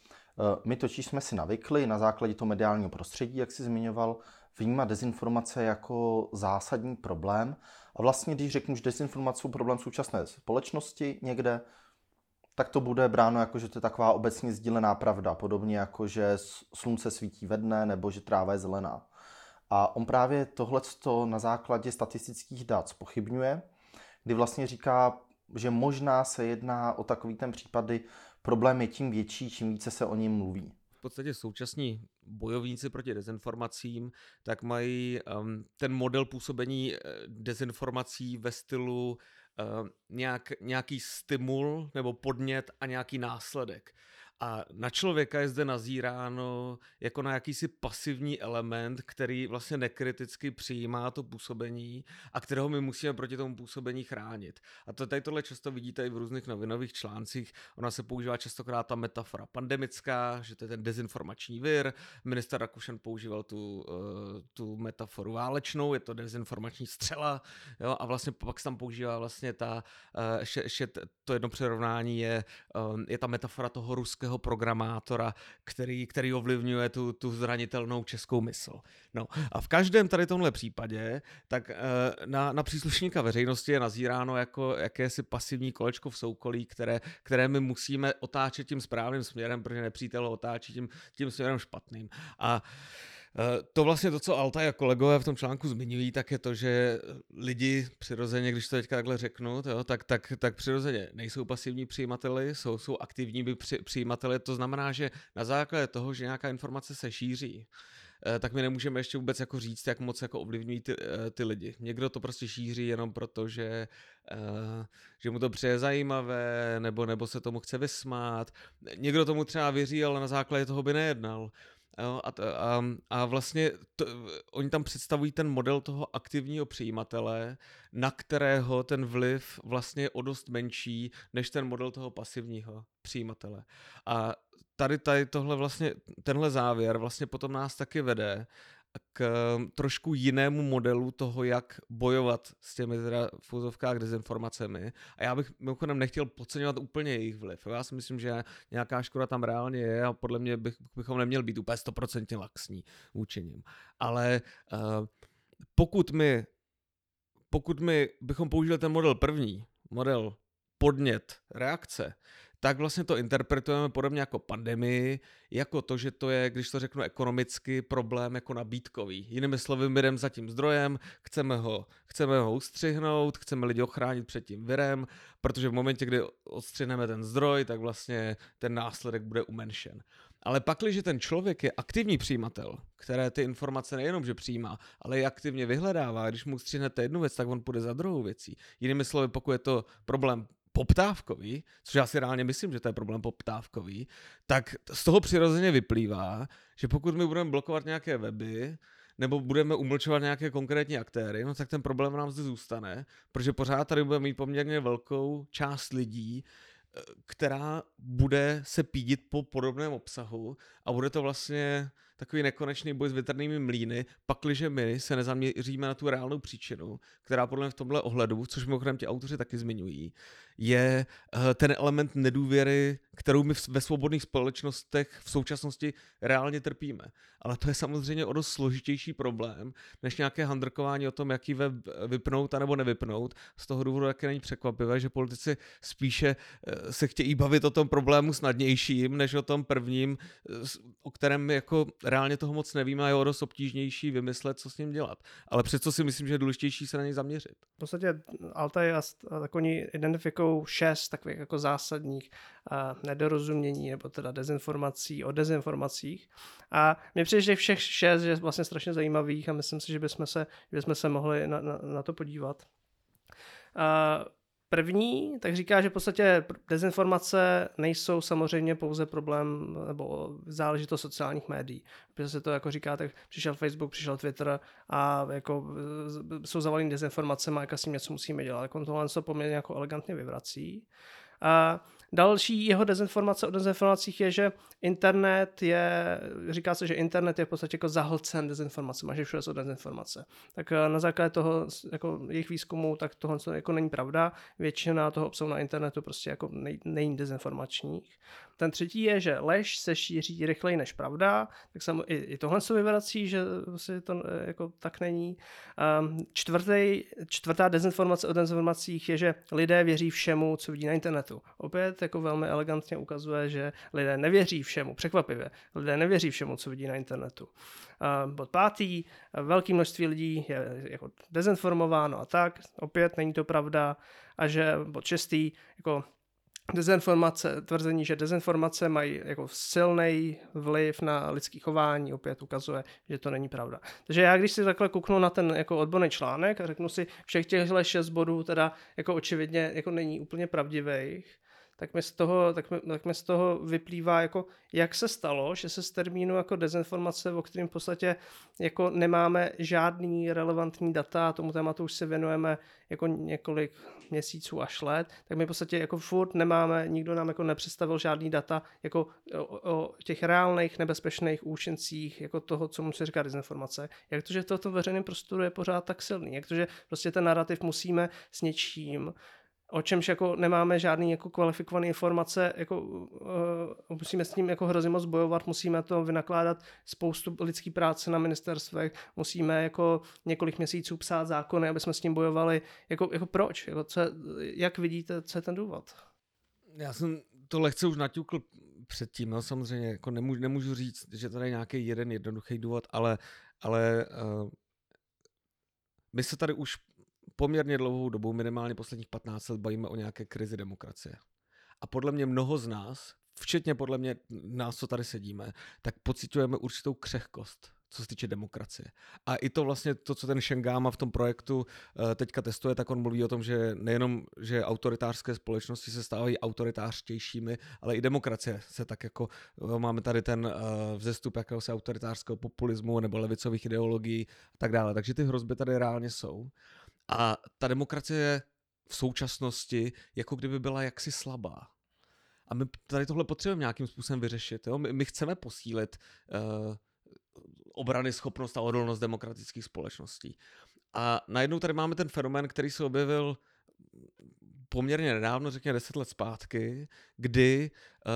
my totiž jsme si navykli na základě toho mediálního prostředí, jak jsi zmiňoval, vnímat dezinformace jako zásadní problém. A vlastně, když řeknu, že dezinformace jsou problém současné společnosti někde, tak to bude bráno jako, že to je taková obecně sdílená pravda, podobně jako, že slunce svítí ve dne nebo že tráva je zelená. A on právě tohleto na základě statistických dat zpochybňuje, kdy vlastně říká, že možná se jedná o takový ten případy, problém je tím větší, čím více se o něm mluví.
V podstatě současní bojovníci proti dezinformacím tak mají um, ten model působení dezinformací ve stylu uh, nějak, nějaký stimul nebo podnět a nějaký následek. A na člověka je zde nazíráno jako na jakýsi pasivní element, který vlastně nekriticky přijímá to působení a kterého my musíme proti tomu působení chránit. A to tady tohle často vidíte i v různých novinových článcích. Ona se používá častokrát ta metafora pandemická, že to je ten dezinformační vir. Minister Rakušan používal tu, tu metaforu válečnou, je to dezinformační střela. Jo? A vlastně pak se tam používá vlastně ta, ještě, ještě to jedno přirovnání je, je ta metafora toho ruského programátora, který, který ovlivňuje tu, tu zranitelnou českou mysl. No a v každém tady tomhle případě tak na, na příslušníka veřejnosti je nazíráno jako jakési pasivní kolečko v soukolí, které, které my musíme otáčet tím správným směrem, protože nepřítel ho otáčí tím, tím směrem špatným. A to vlastně to, co Altaj a kolegové v tom článku zmiňují, tak je to, že lidi přirozeně, když to teďka takhle řeknu, jo, tak, tak, tak přirozeně nejsou pasivní přijímateli, jsou, jsou aktivní přijímateli. To znamená, že na základě toho, že nějaká informace se šíří, tak my nemůžeme ještě vůbec jako říct, jak moc jako ovlivňují ty, ty lidi. Někdo to prostě šíří jenom proto, že, že mu to přijde zajímavé, nebo, nebo se tomu chce vysmát. Někdo tomu třeba věří, ale na základě toho by nejednal. Jo, a, a, a vlastně to, oni tam představují ten model toho aktivního přijímatele, na kterého ten vliv vlastně je o dost menší než ten model toho pasivního přijímatele. A tady, tady tohle vlastně, tenhle závěr vlastně potom nás taky vede k trošku jinému modelu toho, jak bojovat s těmi teda v úzovkách dezinformacemi. A já bych mimochodem nechtěl podceňovat úplně jejich vliv. Já si myslím, že nějaká škoda tam reálně je a podle mě bych, bychom neměli být úplně stoprocentně laxní vůči nim. Ale uh, pokud my pokud my bychom použili ten model první, model podnět, reakce, tak vlastně to interpretujeme podobně jako pandemii, jako to, že to je, když to řeknu ekonomicky, problém jako nabídkový. Jinými slovy, my jdeme za tím zdrojem, chceme ho, chceme ho ustřihnout, chceme lidi ochránit před tím virem, protože v momentě, kdy odstřihneme ten zdroj, tak vlastně ten následek bude umenšen. Ale pakliže ten člověk je aktivní přijímatel, které ty informace nejenom, že přijímá, ale i aktivně vyhledává, když mu střihnete jednu věc, tak on půjde za druhou věcí. Jinými slovy, pokud je to problém poptávkový, což já si reálně myslím, že to je problém poptávkový, tak z toho přirozeně vyplývá, že pokud my budeme blokovat nějaké weby, nebo budeme umlčovat nějaké konkrétní aktéry, no tak ten problém nám zde zůstane, protože pořád tady budeme mít poměrně velkou část lidí, která bude se pídit po podobném obsahu a bude to vlastně takový nekonečný boj s větrnými mlýny, pakliže my se nezaměříme na tu reálnou příčinu, která podle mě v tomhle ohledu, což mimochodem ti autoři taky zmiňují, je ten element nedůvěry, kterou my ve svobodných společnostech v současnosti reálně trpíme. Ale to je samozřejmě o dost složitější problém, než nějaké handrkování o tom, jaký web vypnout anebo nevypnout. Z toho důvodu taky není překvapivé, že politici spíše se chtějí bavit o tom problému snadnějším, než o tom prvním, o kterém jako reálně toho moc nevíme a je o dost obtížnější vymyslet, co s ním dělat. Ale přesto si myslím, že je důležitější se na něj zaměřit.
V podstatě Altaj a tak oni identifikují šest takových jako zásadních uh, nedorozumění nebo teda dezinformací o dezinformacích. A mě přijde, že všech šest je vlastně strašně zajímavých a myslím si, že bychom se, že bychom se mohli na, na, na to podívat. Uh, První, tak říká, že v podstatě dezinformace nejsou samozřejmě pouze problém nebo záležitost sociálních médií. Protože se to jako říká, tak přišel Facebook, přišel Twitter a jako jsou zavalení dezinformacemi a jak s tím něco musíme dělat. Tak on tohle se poměrně jako elegantně vyvrací. A další jeho dezinformace o dezinformacích je, že internet je, říká se, že internet je v podstatě jako zahlcen dezinformacemi, že všude jsou dezinformace. Tak na základě toho jako jejich výzkumu, tak tohle jako není pravda. Většina toho obsahu na internetu prostě jako nej, není dezinformačních. Ten třetí je, že lež se šíří rychleji než pravda, tak sam, i, i tohle se vyvrací, že vlastně to jako tak není. Um, čtvrtý, čtvrtá dezinformace o dezinformacích je, že lidé věří všemu, co vidí na internetu. Opět jako velmi elegantně ukazuje, že lidé nevěří všemu, překvapivě. Lidé nevěří všemu, co vidí na internetu. Uh, bod pátý, velké množství lidí je jako dezinformováno a tak, opět není to pravda. A že bod šestý, jako dezinformace, tvrzení, že dezinformace mají jako silný vliv na lidský chování, opět ukazuje, že to není pravda. Takže já, když si takhle kouknu na ten jako odborný článek a řeknu si, všech těchto šest bodů teda jako očividně jako není úplně pravdivých, tak mi z toho, tak mi, tak mi z toho vyplývá, jako, jak se stalo, že se z termínu jako dezinformace, o kterém v podstatě jako nemáme žádný relevantní data, a tomu tématu už se věnujeme jako několik měsíců až let, tak my v podstatě jako furt nemáme, nikdo nám jako nepředstavil žádný data jako o, o těch reálných nebezpečných účincích jako toho, co mu se říká dezinformace. Jak to, že toto veřejném prostoru je pořád tak silný? Jak to, že prostě ten narrativ musíme s něčím, o čemž jako nemáme žádný jako kvalifikované informace, jako uh, musíme s tím jako hrozně moc bojovat, musíme to vynakládat spoustu lidský práce na ministerstvech, musíme jako několik měsíců psát zákony, aby jsme s tím bojovali. Jako, jako proč? Jako co, jak vidíte, co je ten důvod?
Já jsem to lehce už naťukl předtím, no samozřejmě, jako nemůžu, nemůžu říct, že tady je nějaký jeden jednoduchý důvod, ale, ale uh, my se tady už poměrně dlouhou dobu, minimálně posledních patnáct let, bavíme o nějaké krizi demokracie. A podle mě mnoho z nás, včetně podle mě nás, co tady sedíme, tak pociťujeme určitou křehkost, co se týče demokracie. A i to vlastně to, co ten Šengáma v tom projektu uh, teďka testuje, tak on mluví o tom, že nejenom, že autoritářské společnosti se stávají autoritářtějšími, ale i demokracie se tak jako, uh, máme tady ten uh, vzestup jakéhosi autoritářského populismu nebo levicových ideologií a tak dále. Takže ty hrozby tady reálně jsou. A ta demokracie v současnosti jako kdyby byla jaksi slabá. A my tady tohle potřebujeme nějakým způsobem vyřešit. Jo? My, my chceme posílit uh, obrany schopnost a odolnost demokratických společností. A najednou tady máme ten fenomén, který se objevil poměrně nedávno, řekněme deset let zpátky, kdy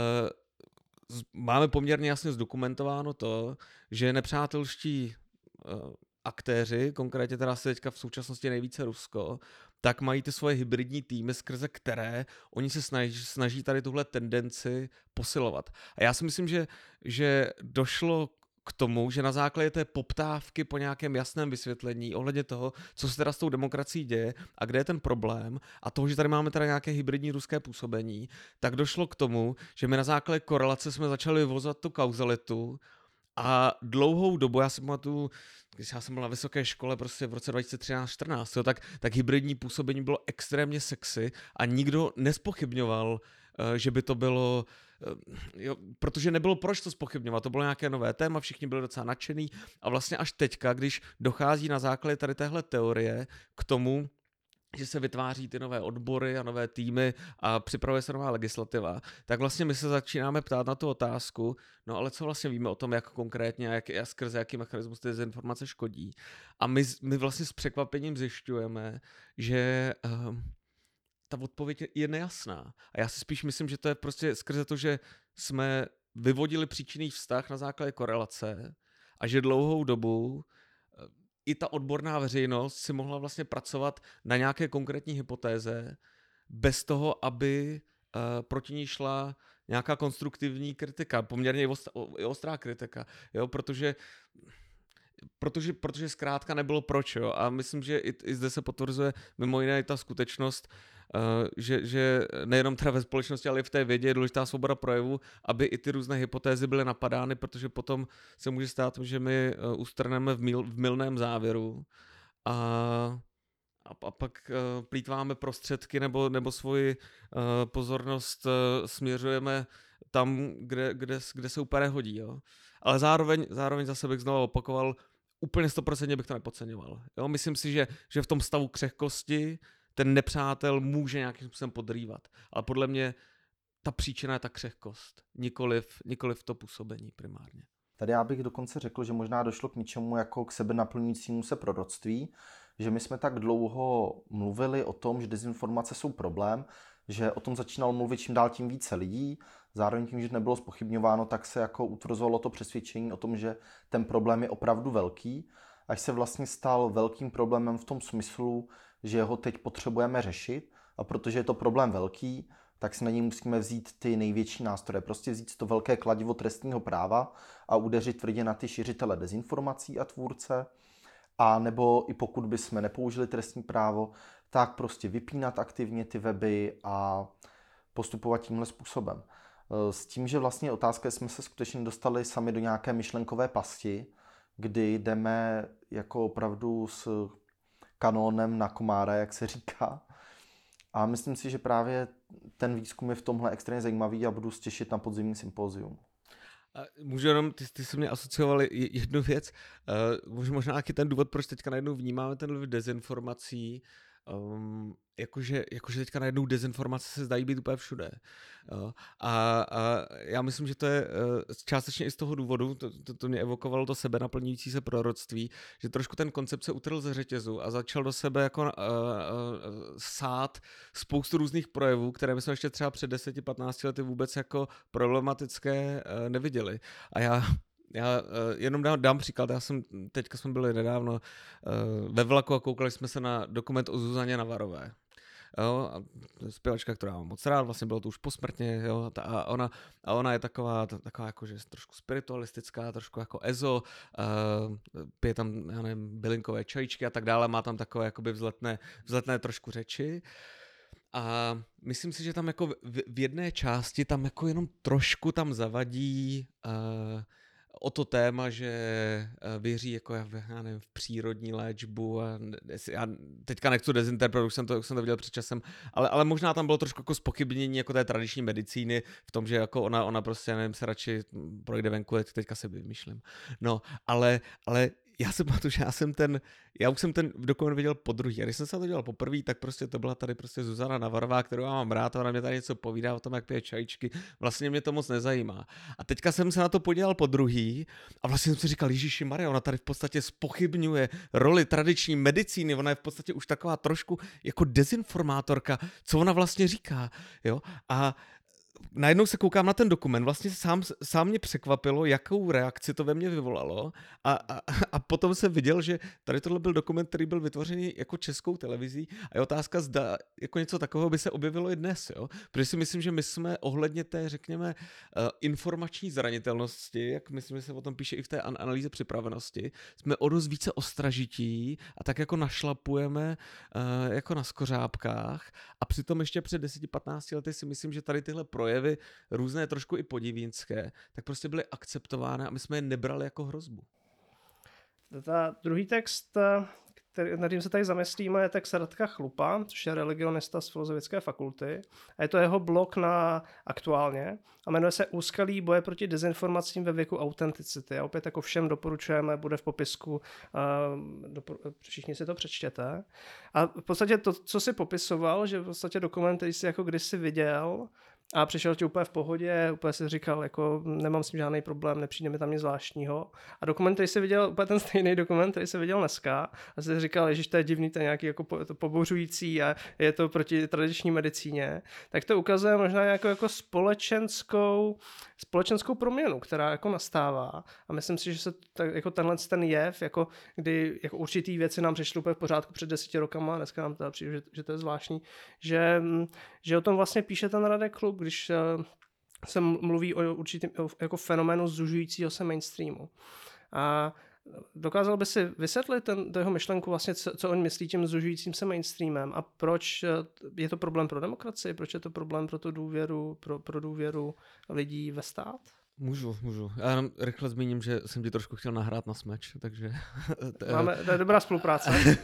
uh, máme poměrně jasně zdokumentováno to, že nepřátelští uh, aktéři, konkrétně teda se teďka v současnosti nejvíce Rusko, tak mají ty svoje hybridní týmy, skrze které oni se snaží, snaží tady tuhle tendenci posilovat. A já si myslím, že, že došlo k tomu, že na základě té poptávky po nějakém jasném vysvětlení ohledně toho, co se teda s tou demokracií děje a kde je ten problém a toho, že tady máme teda nějaké hybridní ruské působení, tak došlo k tomu, že my na základě korelace jsme začali vyvozovat tu kauzalitu a dlouhou dobu, já si pamatuju, když já jsem byl na vysoké škole prostě v roce dva tisíce třináct čtrnáct, jo, tak, tak hybridní působení bylo extrémně sexy a nikdo nespochybňoval, uh, že by to bylo, uh, jo, protože nebylo proč to zpochybňovat, to bylo nějaké nové téma, všichni byli docela nadšený a vlastně až teďka, když dochází na základě tady téhle teorie k tomu, že se vytváří ty nové odbory a nové týmy a připravuje se nová legislativa, tak vlastně my se začínáme ptát na tu otázku, no ale co vlastně víme o tom, jak konkrétně a, jak, a skrze jaký mechanismus ty dezinformace škodí. A my, my vlastně s překvapením zjišťujeme, že um, ta odpověď je nejasná. A já si spíš myslím, že to je prostě skrze to, že jsme vyvodili příčinný vztah na základě korelace a že dlouhou dobu i ta odborná veřejnost si mohla vlastně pracovat na nějaké konkrétní hypotéze bez toho, aby uh, proti ní šla nějaká konstruktivní kritika, poměrně i, ostrá, i ostrá kritika, jo, protože, protože, protože zkrátka nebylo proč, jo, a myslím, že i, i zde se potvrzuje mimo jiné i ta skutečnost, Uh, že, že nejenom teda ve společnosti, ale i v té vědě je důležitá svoboda projevu, aby i ty různé hypotézy byly napadány, protože potom se může stát, že my uh, ustrneme v, mil, v mylném závěru a, a, a pak uh, plýtváme prostředky nebo, nebo svoji uh, pozornost uh, směřujeme tam, kde, kde, kde se úplně hodí. Jo? Ale zároveň, zároveň zase bych znovu opakoval, úplně stoprocentně bych to nepodceňoval. Jo? Myslím si, že, že v tom stavu křehkosti ten nepřátel může nějakým způsobem podrývat. Ale podle mě ta příčina je ta křehkost, nikoliv, nikoliv to působení primárně.
Tady já bych dokonce řekl, že možná došlo k něčemu jako k sebe naplňujícímu se proroctví, že my jsme tak dlouho mluvili o tom, že dezinformace jsou problém, že o tom začínalo mluvit čím dál tím více lidí, zároveň tím, že nebylo zpochybňováno, tak se jako utvrzovalo to přesvědčení o tom, že ten problém je opravdu velký, až se vlastně stal velkým problémem v tom smyslu, že ho teď potřebujeme řešit, a protože je to problém velký, tak si na něj musíme vzít ty největší nástroje. Prostě vzít to velké kladivo trestního práva a udeřit tvrdě na ty šiřitele dezinformací a tvůrce. A nebo i pokud bychom nepoužili trestní právo, tak prostě vypínat aktivně ty weby a postupovat tímhle způsobem. S tím, že vlastně otázka, jsme se skutečně dostali sami do nějaké myšlenkové pasti, kdy jdeme jako opravdu s kanónem na komára, jak se říká. A myslím si, že právě ten výzkum je v tomhle extrémně zajímavý a budu se těšit na podzimní sympózium.
A můžu jenom, ty, ty se mě asociovali jednu věc, uh, možná nějaký ten důvod, proč teďka najednou vnímáme ten vliv dezinformací, um, jakože, jakože teďka najednou dezinformace se zdají být úplně všude. Uh, a, a já myslím, že to je uh, částečně i z toho důvodu, to, to, to mě evokovalo to sebe naplňující se proroctví, že trošku ten koncept se utrhl ze řetězu a začal do sebe jako uh, uh, sát spoustu různých projevů, které my jsme ještě třeba před deseti patnácti lety vůbec jako problematické uh, neviděli. A já Já uh, jenom dám, dám příklad, já jsem, teďka jsme byli nedávno uh, ve vlaku a koukali jsme se na dokument o Zuzaně Navarové. Jo, a zpěvačka, která mám moc rád, vlastně bylo to už posmrtně, jo, a ona, a ona je taková, taková jakože trošku spiritualistická, trošku jako ezo, uh, pije tam, já nevím, bylinkové čajíčky a tak dále, má tam takové jakoby vzletné, vzletné trošku řeči. A myslím si, že tam jako v, v jedné části tam jako jenom trošku tam zavadí uh, o to téma, že věří jako já nevím, v přírodní léčbu a já teďka nechci dezinterpretovat, už jsem to, už jsem to viděl před časem, ale, ale možná tam bylo trošku jako zpochybnění jako té tradiční medicíny v tom, že jako ona, ona prostě, nevím, se radši projde venku, teďka si vymýšlím. No, ale, ale já se pamatuju, že já jsem ten, já už jsem ten dokument viděl podruhý. A když jsem se to dělal poprvé, tak prostě to byla tady prostě Zuzana Navarová, kterou já mám rád, ona mě tady něco povídá o tom, jak pije čajíčky. Vlastně mě to moc nezajímá. A teďka jsem se na to podíval podruhý a vlastně jsem si říkal, Ježíši Maria, ona tady v podstatě zpochybňuje roli tradiční medicíny, ona je v podstatě už taková trošku jako dezinformátorka, co ona vlastně říká, jo? A najednou se koukám na ten dokument, vlastně sám, sám mě překvapilo, jakou reakci to ve mně vyvolalo a, a, a potom jsem viděl, že tady tohle byl dokument, který byl vytvořený jako českou televizí a je otázka, zda jako něco takového by se objevilo i dnes, jo? Protože si myslím, že my jsme ohledně té, řekněme, informační zranitelnosti, jak myslím, že se o tom píše i v té analýze připravenosti, jsme o dost více ostražití a tak jako našlapujeme jako na skořápkách a přitom ještě před deseti patnácti lety si myslím, že tady tyhle projevy, různé trošku i podivínské, tak prostě byly akceptovány a my jsme je nebrali jako hrozbu.
Ta druhý text, který, nad tím se tady zamyslíme, je text Radka Chlupa, což je religionista z Filozofické fakulty. A je to jeho blog na Aktuálně a jmenuje se Úskalí boje proti dezinformacím ve věku autenticity. A opět jako všem doporučujeme, bude v popisku, uh, dopor- všichni si to přečtěte. A v podstatě to, co si popisoval, že v podstatě dokument, který jsi jako kdysi viděl, a přišel ti úplně v pohodě, úplně si říkal, jako nemám s tím žádný problém, nepřijde mi tam nic zvláštního. A dokument, který jsi viděl, úplně ten stejný dokument, který jsi viděl dneska, a jsi říkal, že to je divný, to je nějaký jako po, to pobouřující a je to proti tradiční medicíně, tak to ukazuje možná nějakou jako společenskou, společenskou proměnu, která jako nastává. A myslím si, že se tak, jako tenhle ten jev, jako kdy jako určitý věci nám přišly úplně v pořádku před deseti rokama, dneska nám to přijde, že, že to je zvláštní, že, že o tom vlastně píše ten Radek Chlup, když se mluví o určitém jako fenoménu zužujícího se mainstreamu. A dokázal by si vysvětlit ten, jeho myšlenku, vlastně, co, co on myslí tím zužujícím se mainstreamem a proč je to problém pro demokracii, proč je to problém pro tu důvěru, pro, pro důvěru lidí ve stát?
Můžu, můžu. Já jenom rychle zmíním, že jsem ti trošku chtěl nahrát na smeč, takže...
Máme, to je dobrá spolupráce.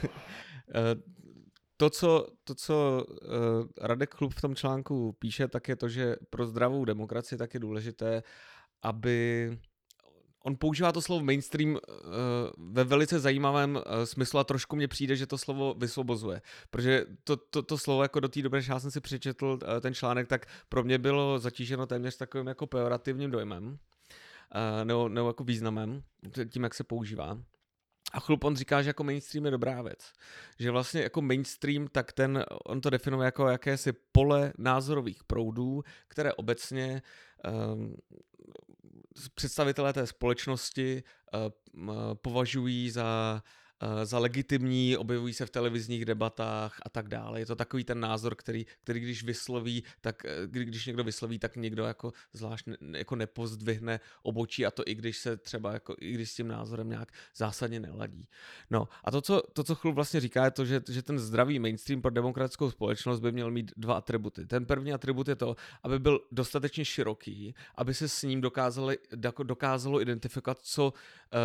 To, co, to, co uh, Radek Chlup v tom článku píše, tak je to, že pro zdravou demokracii tak je důležité, aby on používá to slovo mainstream uh, ve velice zajímavém uh, smyslu a trošku mně přijde, že to slovo vysvobozuje. Protože to, to, to slovo jako do té doby, než já jsem si přečetl uh, ten článek, tak pro mě bylo zatíženo téměř takovým jako pejorativním dojmem. Uh, nebo, nebo jako významem, tím, jak se používá. A chlup on říká, že jako mainstream je dobrá věc. Že vlastně jako mainstream, tak ten, on to definuje jako jakési pole názorových proudů, které obecně um, představitelé té společnosti uh, považují za, uh, za legitimní, objevují se v televizních debatách a tak dále. Je to takový ten názor, který, který když vysloví, tak kdy, když někdo vysloví, tak někdo jako zvlášť ne, jako nepozdvihne obočí, a to i když se třeba jako, i když s tím názorem nějak zásadně neladí. No a to, co, to, co chlup vlastně říká, je to, že, že ten zdravý mainstream pro demokratickou společnost by měl mít dva atributy. Ten první atribut je to, aby byl dostatečně široký, aby se s ním dokázali, dokázalo identifikovat co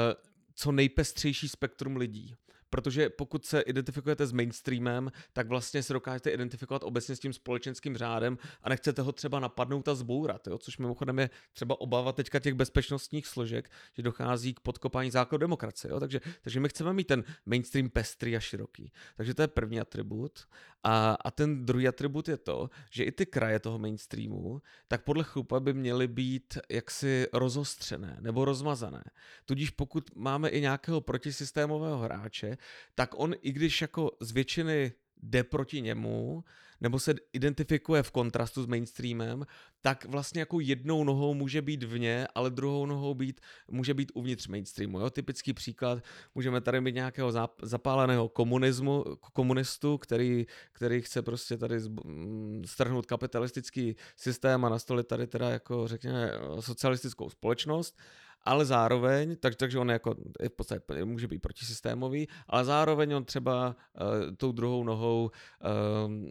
co nejpestřejší spektrum lidí. Protože pokud se identifikujete s mainstreamem, tak vlastně se dokážete identifikovat obecně s tím společenským řádem a nechcete ho třeba napadnout a zbourat, jo? Což mimochodem je třeba obava teďka těch bezpečnostních složek, že dochází k podkopání základu demokracie. Jo? Takže, takže my chceme mít ten mainstream pestrý a široký. Takže to je první atribut. A, a ten druhý atribut je to, že i ty kraje toho mainstreamu, tak podle chlupa by měly být jaksi rozostřené nebo rozmazané. Tudíž pokud máme i nějakého protisystémového hráče, tak on, i když jako z většiny jde proti němu, nebo se identifikuje v kontrastu s mainstreamem, tak vlastně jako jednou nohou může být vně, ale druhou nohou být, může být uvnitř mainstreamu. Jo? Typický příklad, můžeme tady mít nějakého zapáleného komunismu, komunistu, který, který chce prostě tady strhnout kapitalistický systém a nastolit tady teda jako řekněme socialistickou společnost. Ale zároveň, tak, takže on jako v podstatě může být protisystémový, ale zároveň on třeba uh, tou druhou nohou uh,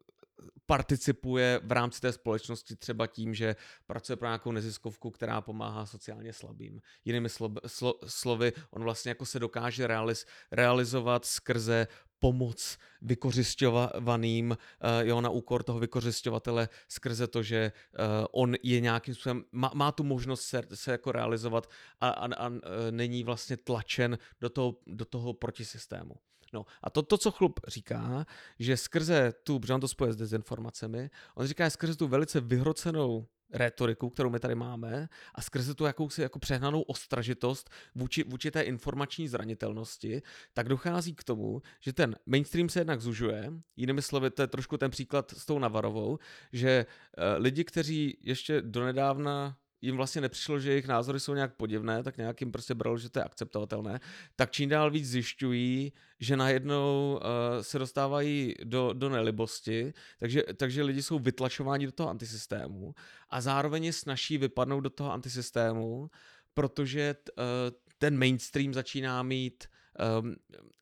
participuje v rámci té společnosti třeba tím, že pracuje pro nějakou neziskovku, která pomáhá sociálně slabým. Jinými slo, slo, slovy, on vlastně jako se dokáže realiz, realizovat skrze pomoc vykořisťovaným, uh, jo, na úkor toho vykořisťovatele skrze to, že uh, on je nějakým způsobem, má, má tu možnost se, se jako realizovat a, a, a není vlastně tlačen do toho, do toho protisystému. No a to, to, co chlup říká, že skrze tu, protože on to spoje s dezinformacemi, on říká, že skrze tu velice vyhrocenou rétoriku, kterou my tady máme, a skrze tu jakousi jako přehnanou ostražitost vůči, vůči té informační zranitelnosti, tak dochází k tomu, že ten mainstream se jednak zužuje, jinými slovy, to je trošku ten příklad s tou Navarovou, že uh, lidi, kteří ještě donedávna jim vlastně nepřišlo, že jejich názory jsou nějak podivné, tak nějak jim prostě bralo, že to je akceptovatelné, tak čím dál víc zjišťují, že najednou uh, se dostávají do, do nelibosti, takže, takže lidi jsou vytlačováni do toho antisystému a zároveň je snaží vypadnout do toho antisystému, protože t, uh, ten mainstream začíná mít Um,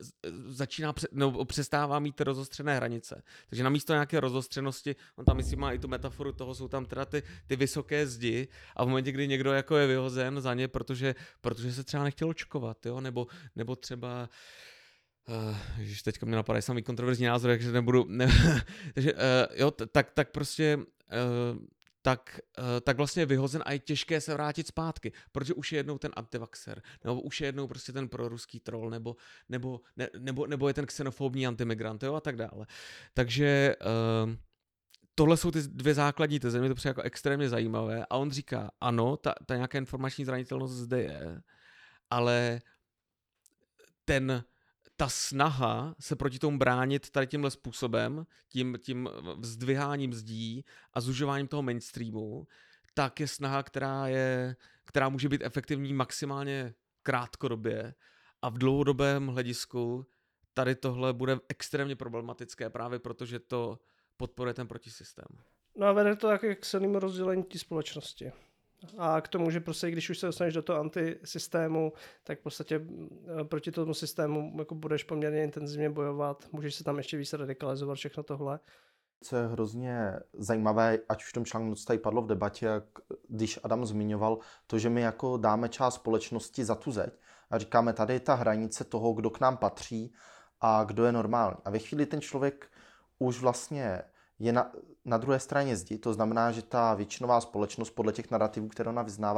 začíná, no, přestává mít rozostřené hranice. Takže namísto nějaké rozostřenosti, on tam myslím má i tu metaforu toho, jsou tam teda ty, ty vysoké zdi a v momentě, kdy někdo jako je vyhozen za ně, protože, protože se třeba nechtěl očkovat, jo? Nebo, nebo třeba Uh, ježiš, teďka mě napadají samý kontroverzní názor, takže nebudu, ne, takže uh, jo, tak, tak prostě uh, Tak, tak vlastně je vyhozen a je těžké se vrátit zpátky, protože už je jednou ten antivaxer, nebo už je jednou prostě ten proruský troll, nebo, nebo, ne, nebo, nebo je ten xenofobní antimigrant, jo, a tak dále. Takže uh, tohle jsou ty dvě základní teze, mě to přijde jako extrémně zajímavé a on říká, ano, ta, ta nějaká informační zranitelnost zde je, ale ten ta snaha se proti tomu bránit tady tímhle způsobem, tím, tím vzdviháním zdí a zužováním toho mainstreamu, tak je snaha, která, je, která může být efektivní maximálně krátkodobě a v dlouhodobém hledisku tady tohle bude extrémně problematické právě protože to podporuje ten protisystém.
No a vede to taky k silnému rozdělení té společnosti. A k tomu, že prostě když už se dostaneš do toho antisystému, tak v podstatě proti tomu systému jako budeš poměrně intenzivně bojovat, můžeš se tam ještě víc radikalizovat, všechno tohle.
Co je hrozně zajímavé, ať už v tom článku co tady padlo v debatě, jak když Adam zmiňoval to, že my jako dáme část společnosti za tu zeď a říkáme, tady je ta hranice toho, kdo k nám patří a kdo je normální. A ve chvíli ten člověk už vlastně je na, na druhé straně zdi, to znamená, že ta většinová společnost podle těch narrativů, které ona vyznává,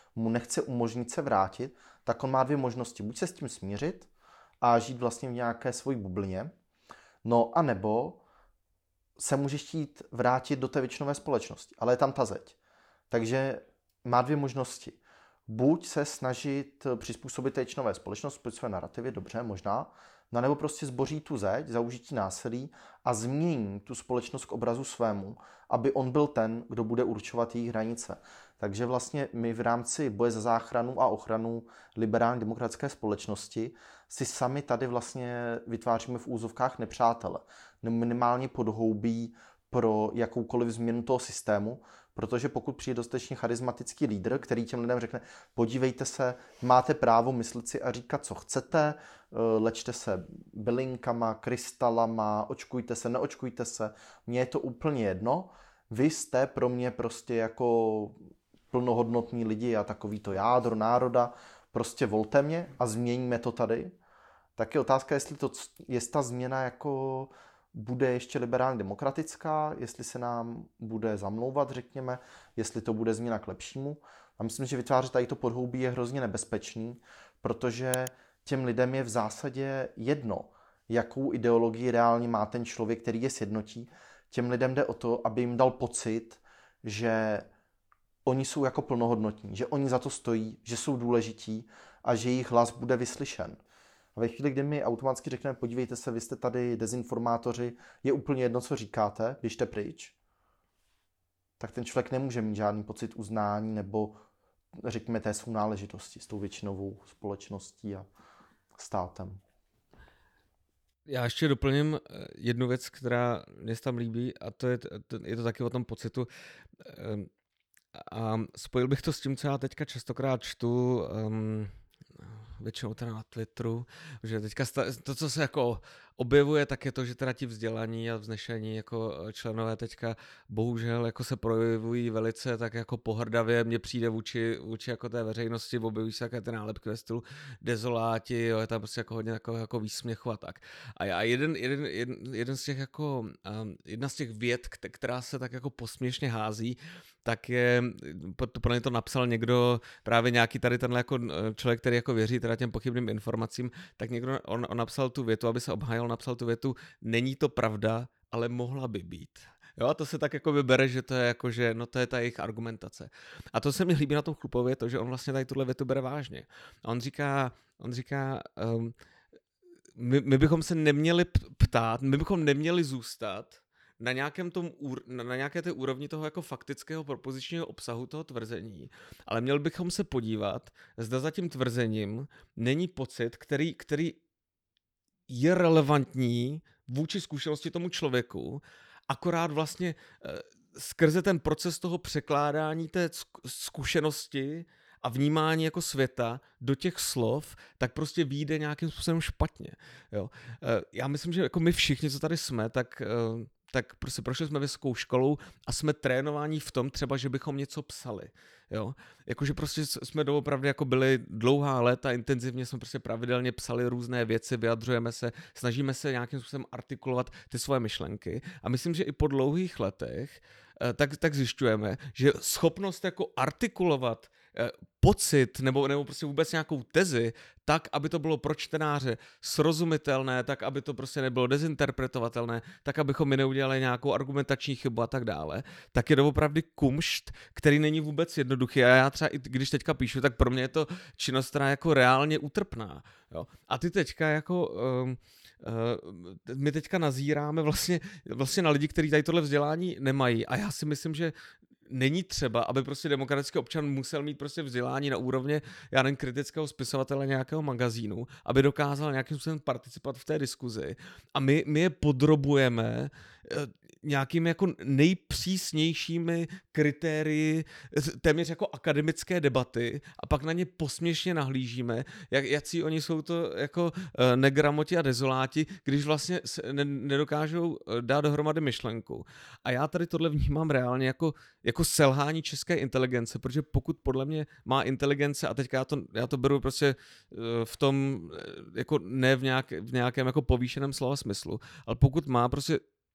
mu nechce umožnit se vrátit, tak on má dvě možnosti. Buď se s tím smířit a žít vlastně v nějaké svojí bublině, no a nebo se může chtít vrátit do té většinové společnosti, ale je tam ta zeď. Takže má dvě možnosti. Buď se snažit přizpůsobit té většinové společnosti, spojit své narrativy, dobře, možná, no nebo prostě zboří tu zeď za užití násilí a změní tu společnost k obrazu svému, aby on byl ten, kdo bude určovat její hranice. Takže vlastně my v rámci boje za záchranu a ochranu liberální demokratické společnosti si sami tady vlastně vytváříme v úzovkách nepřátele, nebo minimálně podhoubí pro jakoukoliv změnu toho systému, protože pokud přijde dostatečně charismatický lídr, který těm lidem řekne, podívejte se, máte právo myslet si a říkat, co chcete, lečte se bylinkama, krystalama, očkujte se, neočkujte se, mně je to úplně jedno, vy jste pro mě prostě jako plnohodnotní lidi a takový to jádro národa, prostě volte mě a změníme to tady. Tak je otázka, jestli to, jestli ta změna jako bude ještě liberálně demokratická, jestli se nám bude zamlouvat, řekněme, jestli to bude změna k lepšímu. A myslím, že vytvářet tady to podhoubí je hrozně nebezpečný, protože těm lidem je v zásadě jedno, jakou ideologii reálně má ten člověk, který je sjednotí. Těm lidem jde o to, aby jim dal pocit, že oni jsou jako plnohodnotní, že oni za to stojí, že jsou důležití a že jejich hlas bude vyslyšen. A ve chvíli, kdy my automaticky řekneme, podívejte se, vy jste tady dezinformátoři, je úplně jedno, co říkáte, běžte pryč, tak ten člověk nemůže mít žádný pocit uznání nebo, řekněme, té sounáležitosti s tou většinovou společností a státem.
Já ještě doplním jednu věc, která mě se tam líbí, a to je, je to taky o tom pocitu. A spojil bych to s tím, co já teďka častokrát čtu, um, většinou teda na Twitteru, že teďka to, co se jako objevuje, tak je to, že teda ti vzdělaní a vznešení jako členové teďka bohužel jako se projevují velice tak jako pohrdavě, mně přijde vůči, vůči jako té veřejnosti, objevují se také ty nálepky ve stylu dezoláti, jo, je tam prostě jako hodně jako, jako výsměchu a tak. A, a jeden, jeden, jeden, jeden z těch jako, um, jedna z těch vět, která se tak jako posměšně hází, tak je, pro ně to napsal někdo, právě nějaký tady tenhle jako člověk, který jako věří teda těm pochybným informacím, tak někdo, on, on napsal tu větu, aby se obhájil, napsal tu větu, není to pravda, ale mohla by být. Jo, a to se tak jako vybere, že to je jako, že no to je ta jejich argumentace. A to se mi líbí na tom Chlupově, to, že on vlastně tady tuhle větu bere vážně. A on říká, on říká, um, my, my bychom se neměli ptát, my bychom neměli zůstat na nějakém tom, na nějaké té úrovni toho jako faktického propozičního obsahu toho tvrzení, ale měli bychom se podívat, zda za tím tvrzením není pocit, který, který je relevantní vůči zkušenosti tomu člověku, akorát vlastně e, skrze ten proces toho překládání té zkušenosti a vnímání jako světa do těch slov, tak prostě vyjde nějakým způsobem špatně. Jo. E, já myslím, že jako my všichni, co tady jsme, tak... E, tak prostě prošli jsme vysokou školou a jsme trénováni v tom třeba, že bychom něco psali, jo. Jakože prostě jsme doopravdy jako byli dlouhá léta, intenzivně jsme prostě pravidelně psali různé věci, vyjadřujeme se, snažíme se nějakým způsobem artikulovat ty svoje myšlenky a myslím, že i po dlouhých letech tak, tak zjišťujeme, že schopnost jako artikulovat pocit nebo, nebo prostě vůbec nějakou tezi tak, aby to bylo pro čtenáře srozumitelné, tak, aby to prostě nebylo dezinterpretovatelné, tak, abychom mi neudělali nějakou argumentační chybu a tak dále, tak je doopravdy kumšt, který není vůbec jednoduchý. A já třeba, i když teďka píšu, tak pro mě je to činnost, která je jako reálně útrpná. Jo. A ty teďka jako... Um, Uh, my teďka nazíráme vlastně, vlastně na lidi, kteří tady tohle vzdělání nemají a já si myslím, že není třeba, aby prostě demokratický občan musel mít prostě vzdělání na úrovni, já nevím, kritického spisovatele nějakého magazínu, aby dokázal nějakým způsobem participovat v té diskuzi a my, my je podrobujeme uh, nějakými jako nejpřísnějšími kritérii téměř jako akademické debaty a pak na ně posměšně nahlížíme, jak, jací oni jsou to jako uh, negramoti a dezoláti, když vlastně ne, nedokážou dát dohromady myšlenku. A já tady tohle vnímám reálně jako, jako selhání české inteligence, protože pokud podle mě má inteligence, a teďka já to, já to beru prostě uh, v tom, jako ne v, nějak, v nějakém jako povýšeném slova smyslu, ale pokud má prostě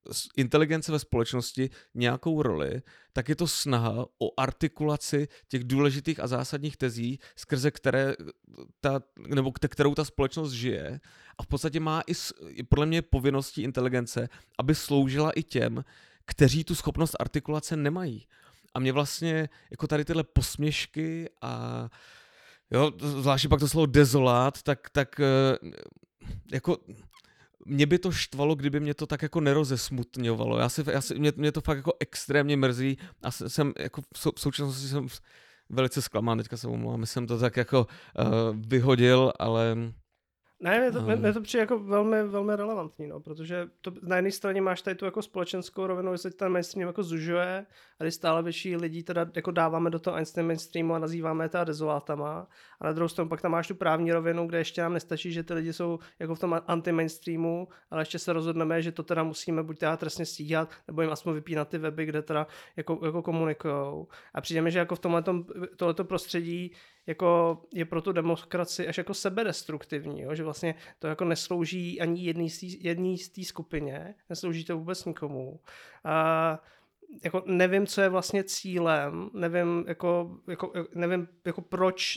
inteligence ve společnosti nějakou roli, tak je to snaha o artikulaci těch důležitých a zásadních tezí, skrze které ta, nebo kterou ta společnost žije. A v podstatě má i, i podle mě povinností inteligence, aby sloužila i těm, kteří tu schopnost artikulace nemají. A mě vlastně jako tady tyhle posměšky a jo, zvláště pak to slovo dezolát, tak, tak jako mě by to štvalo, kdyby mě to tak jako nerozesmutňovalo. Já si, já si, mě, mě to fakt jako extrémně mrzí a jsem jako v, sou, v současnosti jsem velice zklamán, teďka se omlouvám, jsem to tak jako uh, vyhodil, ale...
Ne, mě to, um. mě to přijde jako velmi, velmi relevantní, no, protože to, na jedné straně máš tady tu jako společenskou rovinu, že se ten mainstream jako zužuje a když stále větší lidí teda jako dáváme do toho Einstein mainstreamu a nazýváme je teda dezolátama a na druhou stranu pak tam máš tu právní rovinu, kde ještě nám nestačí, že ty lidi jsou jako v tom anti-mainstreamu, ale ještě se rozhodneme, že to teda musíme buď teda trestně stíhat, nebo jim aspoň vypínat ty weby, kde teda jako, jako komunikujou. A přijde mi, že jako v tomhletom, tohleto prostředí jako je pro tu demokracii až jako sebedestruktivní, jo? Že vlastně to jako neslouží ani jedný z jedný z té skupině, neslouží to vůbec nikomu. A jako nevím, co je vlastně cílem, nevím, jako, jako, nevím, jako proč,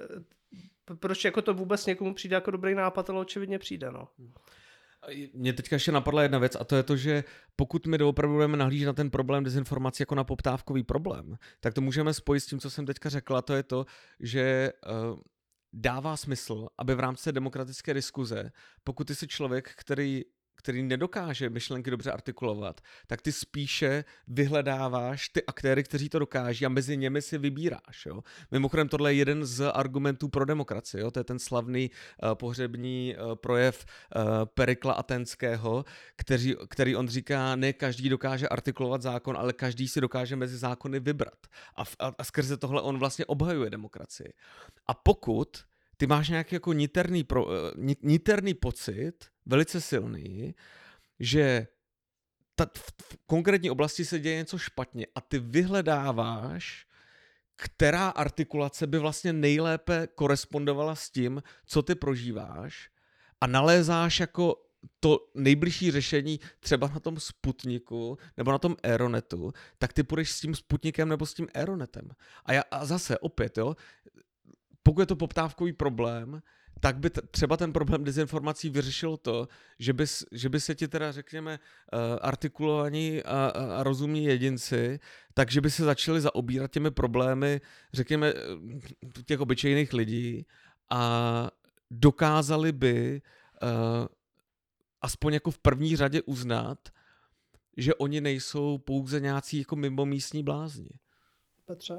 proč jako to vůbec někomu přijde jako dobrý nápad, ale očividně přijde, no.
Mně teďka ještě napadla jedna věc a to je to, že pokud my doopravdy budeme nahlížet na ten problém dezinformací jako na poptávkový problém, tak to můžeme spojit s tím, co jsem teďka řekla, a to je to, že uh, dává smysl, aby v rámci demokratické diskuze, pokud ty jsi člověk, který který nedokáže myšlenky dobře artikulovat, tak ty spíše vyhledáváš ty aktéry, kteří to dokáží a mezi nimi si vybíráš. Jo? Mimochodem tohle je jeden z argumentů pro demokracii. Jo? To je ten slavný uh, pohřební uh, projev uh, Perikla Atenského, který, který on říká, ne každý dokáže artikulovat zákon, ale každý si dokáže mezi zákony vybrat. A, a, a skrze tohle on vlastně obhajuje demokracii. A pokud ty máš nějaký jako niterný, pro, niterný pocit, velice silný, že ta, v konkrétní oblasti se děje něco špatně a ty vyhledáváš, která artikulace by vlastně nejlépe korespondovala s tím, co ty prožíváš a nalézáš jako to nejbližší řešení třeba na tom Sputniku nebo na tom Aeronetu, tak ty půjdeš s tím Sputnikem nebo s tím Aeronetem. A, já, a zase opět, jo, pokud je to poptávkový problém, tak by t- třeba ten problém dezinformací vyřešilo to, že by, že by se ti teda, řekněme, uh, artikulovaní a, a, a rozumní jedinci, takže by se začali zaobírat těmi problémy, řekněme, těch obyčejných lidí a dokázali by uh, aspoň jako v první řadě uznat, že oni nejsou pouze nějací jako mimomístní blázni.
Petře?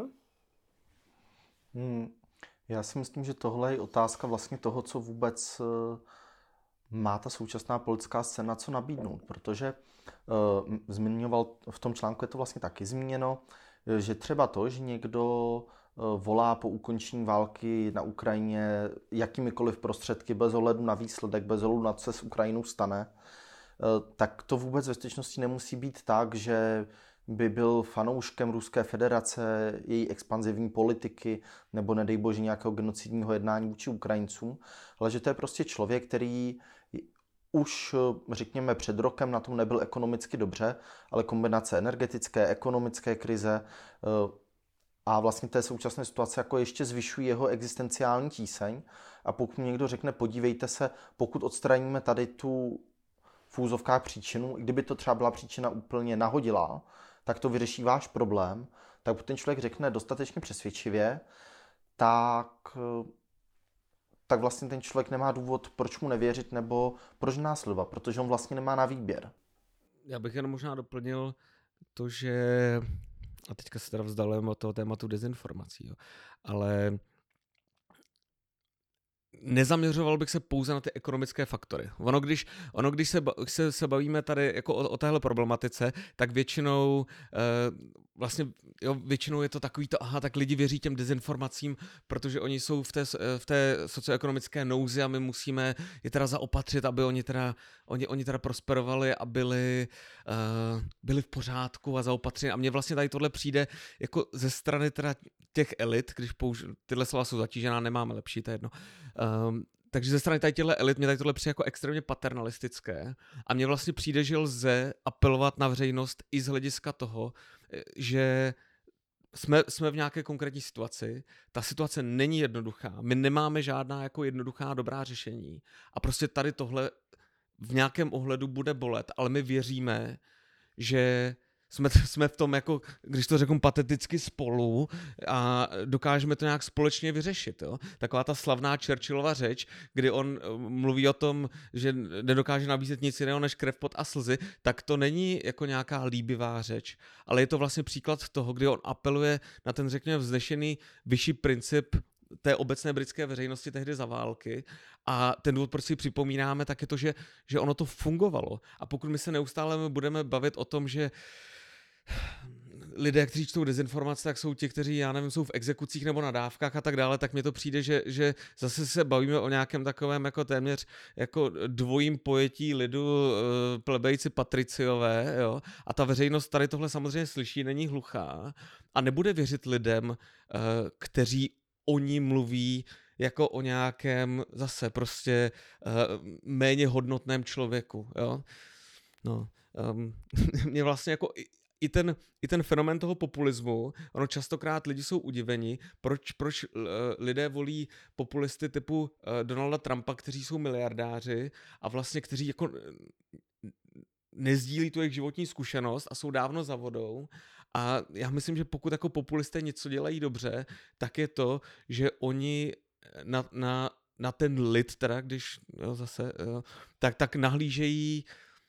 Hmm. Já si myslím, že tohle je otázka vlastně toho, co vůbec uh, má ta současná politická scéna co nabídnout, protože uh, zmiňoval, v tom článku je to vlastně taky zmíněno, že třeba to, že někdo uh, volá po ukončení války na Ukrajině jakýmikoliv prostředky, bez ohledu na výsledek, bez ohledu na co se s Ukrajinou stane, uh, tak to vůbec ve skutečnosti nemusí být tak, že by byl fanouškem Ruské federace, její expanzivní politiky nebo nedej bože nějakého genocidního jednání vůči Ukrajincům, ale že to je prostě člověk, který už, řekněme, před rokem na tom nebyl ekonomicky dobře, ale kombinace energetické, ekonomické krize a vlastně té současné situace jako ještě zvyšují jeho existenciální tíseň. A pokud mi někdo řekne, podívejte se, pokud odstraníme tady tu v úzovkách příčinu, i kdyby to třeba byla příčina úplně nahodilá, tak to vyřeší váš problém, tak pokud ten člověk řekne dostatečně přesvědčivě, tak, tak vlastně ten člověk nemá důvod, proč mu nevěřit nebo proč následovat, protože on vlastně nemá na výběr.
Já bych jen možná doplnil to, že, a teďka se teda vzdalujeme od toho tématu dezinformací, jo, ale nezaměřoval bych se pouze na ty ekonomické faktory. Ono, když, ono, když se, se, se bavíme tady jako o, o téhle problematice, tak většinou eh, vlastně, jo, většinou je to takový to, aha, tak lidi věří těm dezinformacím, protože oni jsou v té, v té socioekonomické nouzi a my musíme je teda zaopatřit, aby oni teda, oni, oni teda prosperovali a byli, eh, byli v pořádku a zaopatřeni. A mně vlastně tady tohle přijde jako ze strany teda těch elit, když použ- tyhle slova jsou zatížená, nemáme lepší, to je jedno. Um, takže ze strany tady těchto elit mě tady tohle přijde jako extrémně paternalistické a mně vlastně přijde, že lze apelovat na veřejnost i z hlediska toho, že jsme, jsme v nějaké konkrétní situaci, ta situace není jednoduchá, my nemáme žádná jako jednoduchá dobrá řešení a prostě tady tohle v nějakém ohledu bude bolet, ale my věříme, že jsme, jsme v tom, jako, když to řeknu pateticky, spolu a dokážeme to nějak společně vyřešit. Jo? Taková ta slavná Churchillova řeč, kdy on mluví o tom, že nedokáže nabízet nic jiného než krev, pot a slzy, tak to není jako nějaká líbivá řeč, ale je to vlastně příklad toho, kdy on apeluje na ten, řekněme, vznešený vyšší princip té obecné britské veřejnosti tehdy za války a ten důvod, proč si připomínáme, tak je to, že, že ono to fungovalo. A pokud my se neustále budeme bavit o tom, že lidé, kteří čtou dezinformace, tak jsou ti, kteří, já nevím, jsou v exekucích nebo na dávkách a tak dále, tak mně to přijde, že, že zase se bavíme o nějakém takovém jako téměř jako dvojím pojetí lidu plebejci patriciové, jo? A ta veřejnost tady tohle samozřejmě slyší, není hluchá a nebude věřit lidem, kteří oni mluví jako o nějakém zase prostě méně hodnotném člověku, jo? No, um, mě vlastně jako I ten, i ten fenomén toho populismu, ono častokrát lidi jsou udiveni, proč, proč lidé volí populisty typu Donalda Trumpa, kteří jsou miliardáři a vlastně kteří jako nezdílí tu jejich životní zkušenost a jsou dávno za vodou. A já myslím, že pokud jako populisté něco dělají dobře, tak je to, že oni na, na, na ten lid, teda když jo, zase, jo, tak, tak nahlížejí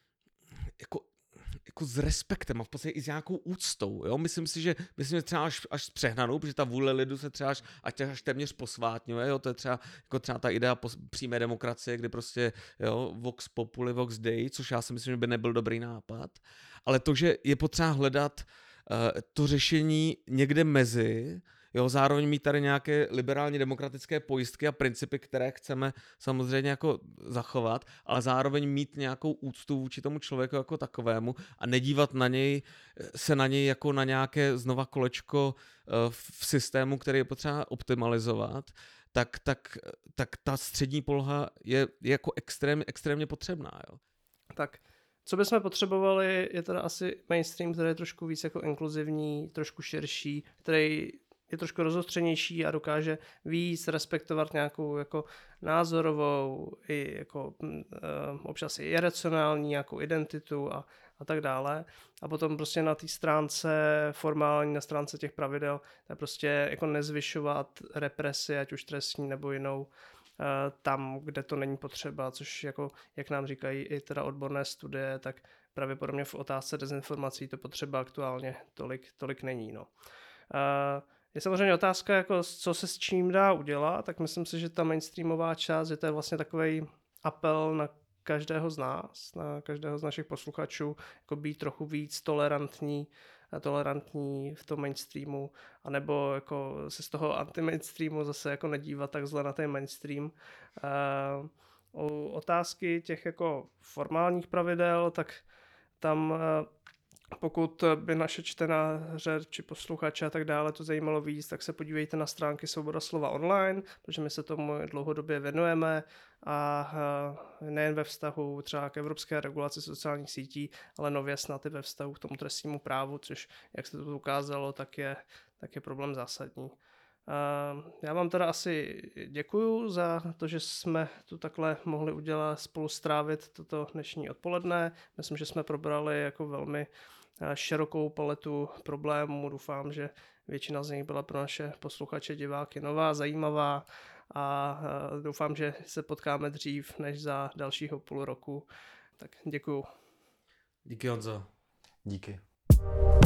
jako jako s respektem a v podstatě i s nějakou úctou. Jo? Myslím si, že myslím, že třeba až, až přehnanou, protože ta vůle lidu se třeba až, až téměř posvátňuje. Jo? To je třeba, jako třeba ta idea pos, přímé demokracie, kdy prostě jo, vox populi, vox dei, což já si myslím, že by nebyl dobrý nápad. Ale to, že je potřeba hledat uh, to řešení někde mezi, jo, zároveň mít tady nějaké liberálně demokratické pojistky a principy, které chceme samozřejmě jako zachovat, ale zároveň mít nějakou úctu vůči tomu člověku jako takovému a nedívat na něj, se na něj jako na nějaké znova kolečko v systému, který je potřeba optimalizovat, tak, tak, tak ta střední poloha je, je jako extrém, extrémně potřebná. Jo.
Tak, co bychom potřebovali, je teda asi mainstream, který je trošku víc jako inkluzivní, trošku širší, který je trošku rozostřenější a dokáže víc respektovat nějakou jako názorovou i jako uh, občas i iracionální nějakou identitu a, a tak dále. A potom prostě na té stránce formální, na stránce těch pravidel, tak prostě jako nezvyšovat represi, ať už trestní nebo jinou, uh, tam, kde to není potřeba, což jako, jak nám říkají i teda odborné studie, tak pravděpodobně v otázce dezinformací to potřeba aktuálně tolik, tolik není. No. Uh, Je samozřejmě otázka, jako co se s čím dá udělat, tak myslím si, že ta mainstreamová část, že to je vlastně takový apel na každého z nás, na každého z našich posluchačů, jako být trochu víc tolerantní, tolerantní v tom mainstreamu, anebo jako se z toho anti-mainstreamu zase jako nedívat tak zle na ten mainstream. Uh, u otázky těch jako formálních pravidel, tak tam uh, pokud by naše čtenáře či posluchače a tak dále to zajímalo víc, tak se podívejte na stránky Svoboda slova online, protože my se tomu dlouhodobě věnujeme a nejen ve vztahu třeba k evropské regulaci sociálních sítí, ale nově snad i ve vztahu k tomu trestnímu právu, což, jak se to ukázalo, tak je, tak je problém zásadní. Já vám teda asi děkuju za to, že jsme tu takhle mohli udělat, spolu strávit toto dnešní odpoledne. Myslím, že jsme probrali jako velmi širokou paletu problémů. Doufám, že většina z nich byla pro naše posluchače, diváky nová, zajímavá a doufám, že se potkáme dřív než za dalšího půl roku. Tak děkuju.
Díky, Honzo.
Díky.